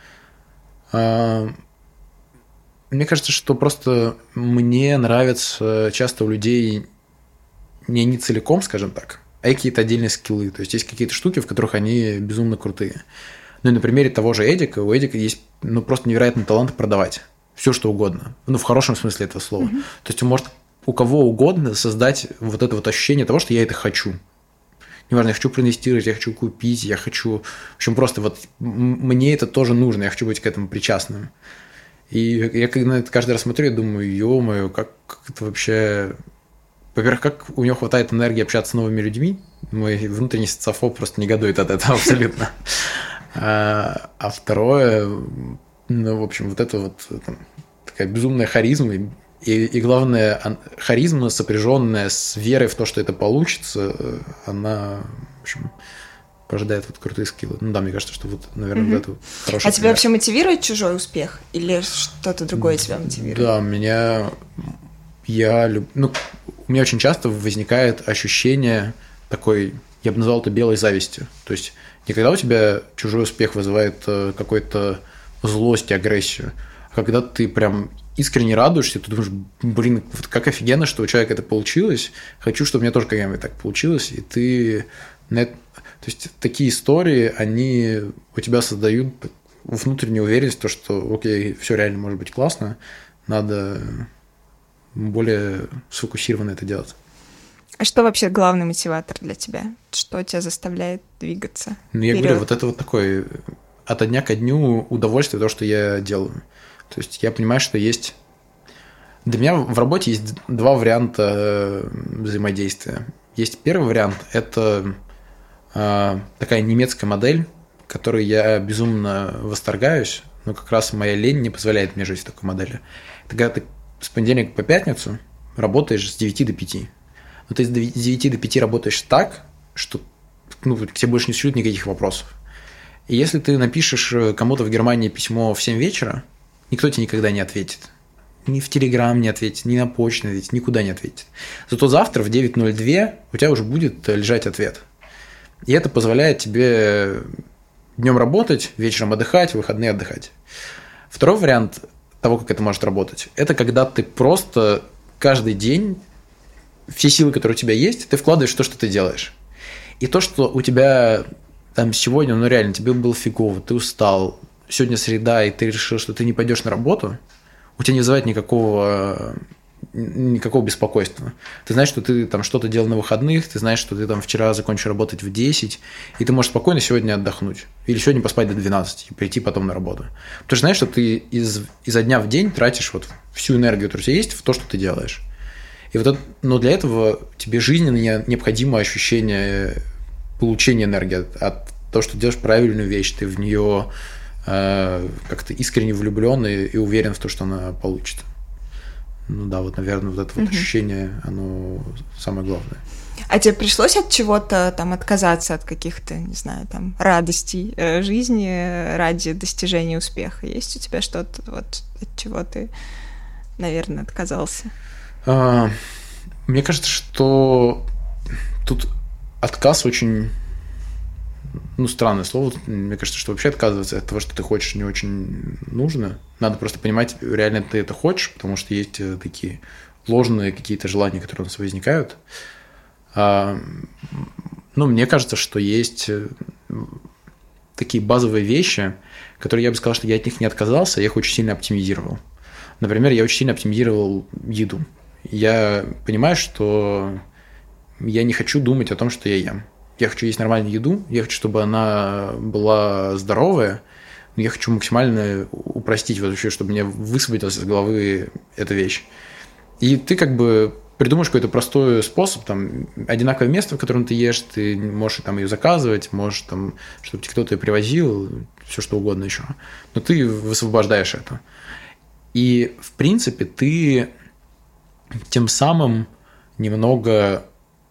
мне кажется, что просто мне нравится часто у людей не они целиком, скажем так, а какие-то отдельные скиллы. То есть есть какие-то штуки, в которых они безумно крутые. Ну и на примере того же Эдика, у Эдика есть ну, просто невероятный талант продавать все, что угодно. Ну, в хорошем смысле этого слова. Mm-hmm. То есть он может у кого угодно создать вот это вот ощущение того, что я это хочу. Неважно, я хочу проинвестировать, я хочу купить, я хочу... В общем, просто вот мне это тоже нужно, я хочу быть к этому причастным. И я на это каждый раз смотрю и думаю, ё-моё, как, как это вообще... Во-первых, как у него хватает энергии общаться с новыми людьми? Мой внутренний социофоб просто негодует от этого абсолютно. А, а второе, ну, в общем, вот это вот там, такая безумная харизма, и, и главное, харизма, сопряженная с верой в то, что это получится, она, в общем, порождает вот крутые скиллы. Ну да, мне кажется, что вот, наверное, mm-hmm. вот это вот хороший А тебя вообще мотивирует чужой успех? Или что-то другое тебя мотивирует? Да, меня... Я люб... ну, у меня очень часто возникает ощущение такой, я бы назвал это белой завистью. То есть не когда у тебя чужой успех вызывает какую-то злость и агрессию, а когда ты прям искренне радуешься, ты думаешь, блин, вот как офигенно, что у человека это получилось, хочу, чтобы у меня тоже когда-нибудь так получилось, и ты... То есть такие истории, они у тебя создают внутреннюю уверенность, то, что окей, все реально может быть классно, надо... более сфокусированно это делать. А что вообще главный мотиватор для тебя? Что тебя заставляет двигаться? Ну, я вперед? говорю, вот это вот такое ото дня ко дню удовольствие, то, что я делаю. То есть я понимаю, что есть... Для меня в работе есть два варианта взаимодействия. Есть первый вариант – это э, такая немецкая модель, которой я безумно восторгаюсь, но как раз моя лень не позволяет мне жить в такой модели. Это когда ты с понедельника по пятницу работаешь с девяти до пяти. Но ты с девяти до пяти работаешь так, что ну, к тебе больше не существует никаких вопросов. И если ты напишешь кому-то в Германии письмо в семь вечера, никто тебе никогда не ответит. Ни в Телеграм не ответит, ни на почту не ответит, никуда не ответит. Зато завтра в девять ноль два у тебя уже будет лежать ответ. И это позволяет тебе днем работать, вечером отдыхать, в выходные отдыхать. Второй вариант того, как это может работать, это когда ты просто каждый день все силы, которые у тебя есть, ты вкладываешь в то, что ты делаешь. И то, что у тебя там сегодня, ну реально, тебе было фигово, ты устал, сегодня среда, и ты решил, что ты не пойдешь на работу, у тебя не вызывает никакого, никакого беспокойства. Ты знаешь, что ты там что-то делал на выходных, ты знаешь, что ты там вчера закончил работать в десять, и ты можешь спокойно сегодня отдохнуть. Или сегодня поспать до двенадцати и прийти потом на работу. Потому что знаешь, что ты из, изо дня в день тратишь вот всю энергию, которая у тебя есть, в то, что ты делаешь. И вот это, но для этого тебе жизненно необходимо ощущение получения энергии от, от того, что ты делаешь правильную вещь, ты в нее э, как-то искренне влюблен и, и уверен в том, что она получится. Ну да, вот, наверное, вот это вот mm-hmm. ощущение, оно самое главное. А тебе пришлось от чего-то там отказаться, от каких-то, не знаю, там, радостей э, жизни ради достижения успеха? Есть у тебя что-то, вот, от чего ты, наверное, отказался? А, мне кажется, что тут отказ очень, ну, странное слово. Мне кажется, что вообще отказываться от того, что ты хочешь, не очень нужно. Надо просто понимать, реально ты это хочешь, потому что есть такие ложные какие-то желания, которые у нас возникают. А, ну, мне кажется, что есть такие базовые вещи, которые я бы сказал, что я от них не отказался, я их очень сильно оптимизировал. Например, я очень сильно оптимизировал еду. Я понимаю, что я не хочу думать о том, что я ем. Я хочу есть нормальную еду, я хочу, чтобы она была здоровая, но я хочу максимально упростить вообще, чтобы мне высвободилась из головы эта вещь. И ты как бы придумаешь какой-то простой способ, там, одинаковое место, в котором ты ешь, ты можешь там ее заказывать, можешь там, чтобы тебе кто-то ее привозил, все что угодно еще. Но ты высвобождаешь это. И, в принципе, ты тем самым немного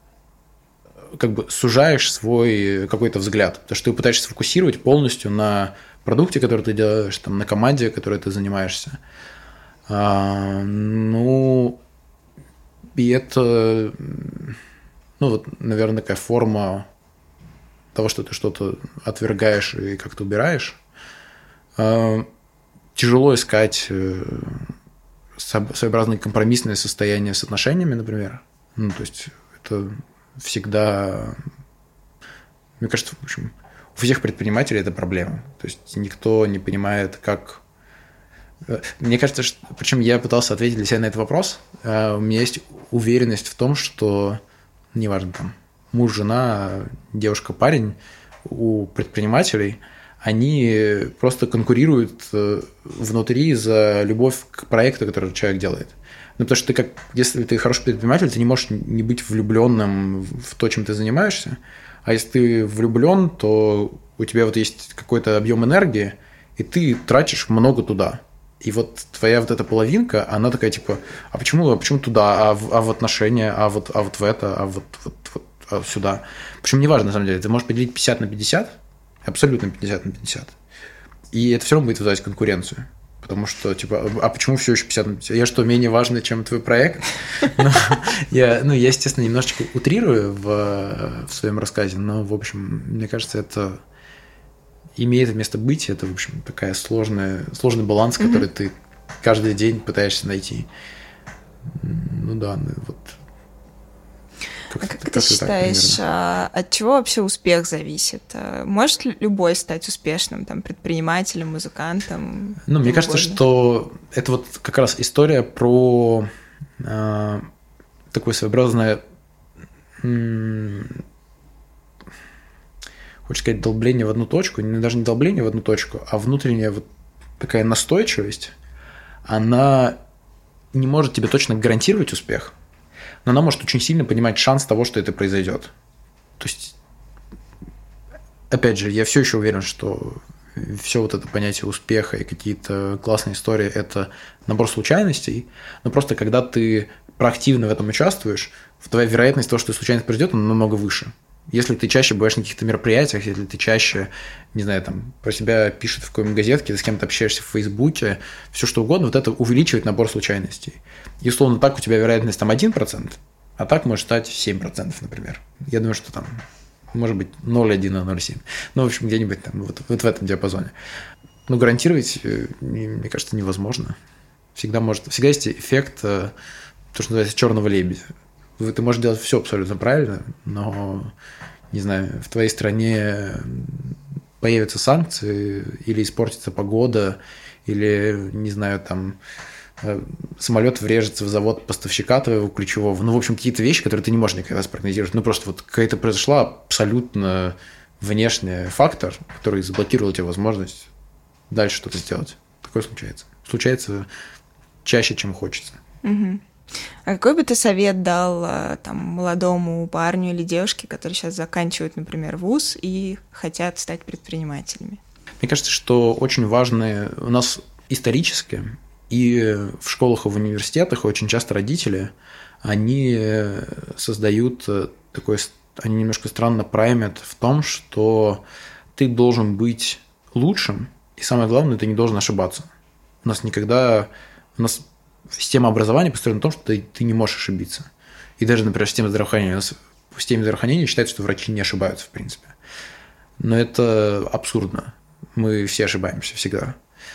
как бы сужаешь свой какой-то взгляд, потому что ты пытаешься сфокусировать полностью на продукте, который ты делаешь, там, на команде, которой ты занимаешься. А, ну, и это, ну, вот, наверное, такая форма того, что ты что-то отвергаешь и как-то убираешь. А, тяжело искать своеобразное компромиссное состояние с отношениями, например. Ну, то есть это всегда, мне кажется, в общем, у всех предпринимателей это проблема. То есть никто не понимает, как... Мне кажется, что... Причем я пытался ответить для себя на этот вопрос. У меня есть уверенность в том, что, неважно, там, муж, жена, девушка, парень, у предпринимателей они просто конкурируют внутри за любовь к проекту, который человек делает. Ну, потому что ты как, если ты хороший предприниматель, ты не можешь не быть влюбленным в то, чем ты занимаешься. А если ты влюблен, то у тебя вот есть какой-то объем энергии, и ты тратишь много туда. И вот твоя вот эта половинка, она такая типа, а почему, а почему туда, а в, а в отношения, а вот, а вот в это, а вот, вот, вот а сюда. Причем неважно, на самом деле, ты можешь поделить пятьдесят на пятьдесят, абсолютно пятьдесят на пятьдесят. И это все равно будет вызывать конкуренцию. Потому что, типа, а почему все еще пятьдесят на пятьдесят? Я что, менее важный, чем твой проект? Ну, я, ну, я, естественно, немножечко утрирую в, в своем рассказе, но, в общем, мне кажется, это имеет место быть. Это, в общем, такая сложная, сложный баланс, mm-hmm. который ты каждый день пытаешься найти. Ну да, ну, вот. Как, а как, как ты считаешь, так, от чего вообще успех зависит? Может ли любой стать успешным, там, предпринимателем, музыкантом? Ну, мне кажется, угодно? Что это вот как раз история про э, такое своеобразное хочется сказать, долбление в одну точку, даже не долбление в одну точку, а внутренняя вот такая настойчивость, она не может тебе точно гарантировать успех, но она может очень сильно понимать шанс того, что это произойдет. То есть, опять же, я все еще уверен, что все вот это понятие успеха и какие-то классные истории – это набор случайностей, но просто когда ты проактивно в этом участвуешь, твоя вероятность того, что случайность произойдет, она намного выше. Если ты чаще бываешь на каких-то мероприятиях, если ты чаще, не знаю, там, про себя пишет в какой-нибудь газетке, ты с кем-то общаешься в Фейсбуке, все что угодно, вот это увеличивает набор случайностей. И, условно, так у тебя вероятность там один процент, а так может стать семь процентов, например. Я думаю, что там может быть ноль целых один ноль семь. Ну, в общем, где-нибудь там вот, вот в этом диапазоне. Но гарантировать, мне кажется, невозможно. Всегда может, всегда есть эффект, то, что называется, черного лебедя. Ты можешь делать все абсолютно правильно, но, не знаю, в твоей стране появятся санкции, или испортится погода, или, не знаю, там самолет врежется в завод поставщика твоего ключевого. Ну, в общем, какие-то вещи, которые ты не можешь никогда спрогнозировать. Ну, просто вот какая-то произошла абсолютно внешний фактор, который заблокировал тебе возможность дальше что-то сделать. Такое случается. Случается чаще, чем хочется. Угу. А какой бы ты совет дал там, молодому парню или девушке, которые сейчас заканчивают, например, вуз и хотят стать предпринимателями? Мне кажется, что очень важно у нас исторически и в школах и в университетах очень часто родители, они создают такой, они немножко странно праймят в том, что ты должен быть лучшим, и самое главное, ты не должен ошибаться. У нас никогда... У нас система образования построена на том, что ты, ты не можешь ошибиться. И даже, например, система здравоохранения. У нас в системе здравоохранения считается, что врачи не ошибаются, в принципе. Но это абсурдно. Мы все ошибаемся всегда.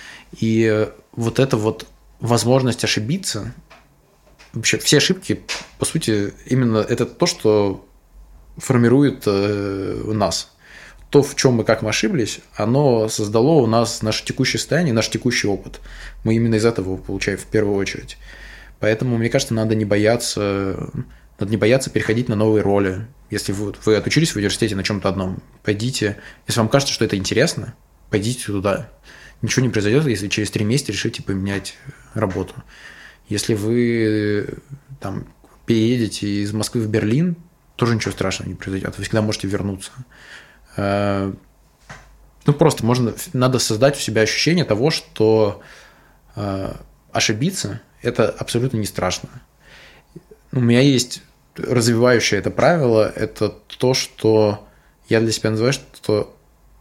И вот эта вот возможность ошибиться, вообще все ошибки, по сути, именно это то, что формирует э, нас. То, в чем мы, как мы ошиблись, оно создало у нас наше текущее состояние, наш текущий опыт. Мы именно из этого получаем в первую очередь. Поэтому, мне кажется, надо не бояться, надо не бояться переходить на новые роли. Если вы, вы отучились в университете на чем-то одном, пойдите. Если вам кажется, что это интересно, пойдите туда. Ничего не произойдет, если через три месяца решите поменять работу. Если вы там переедете из Москвы в Берлин, тоже ничего страшного не произойдет. Вы всегда можете вернуться. Ну, просто можно, надо создать у себя ощущение того, что э, ошибиться – это абсолютно не страшно. У меня есть развивающее это правило, это то, что я для себя называю, что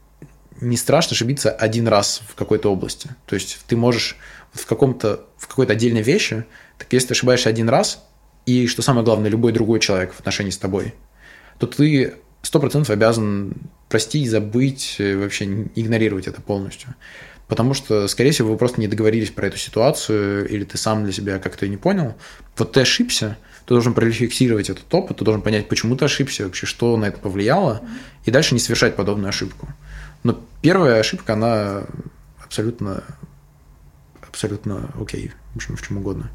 не страшно ошибиться один раз в какой-то области. То есть ты можешь в, каком-то, в какой-то отдельной вещи, так если ты ошибаешься один раз, и, что самое главное, любой другой человек в отношении с тобой, то ты сто процентов обязан простить, забыть, вообще игнорировать это полностью. Потому что, скорее всего, вы просто не договорились про эту ситуацию, или ты сам для себя как-то не понял. Вот ты ошибся, ты должен прорефлексировать этот опыт, ты должен понять, почему ты ошибся, вообще, что на это повлияло, и дальше не совершать подобную ошибку. Но первая ошибка, она абсолютно, абсолютно окей, в общем, в чем угодно.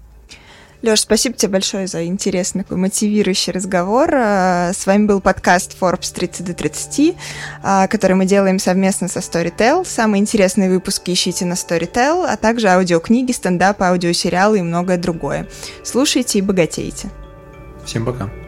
Лёш, спасибо тебе большое за интересный, такой мотивирующий разговор. С вами был подкаст Forbes тридцать до тридцати, который мы делаем совместно со Storytel. Самые интересные выпуски ищите на Storytel, а также аудиокниги, стендап, аудиосериалы и многое другое. Слушайте и богатейте. Всем пока.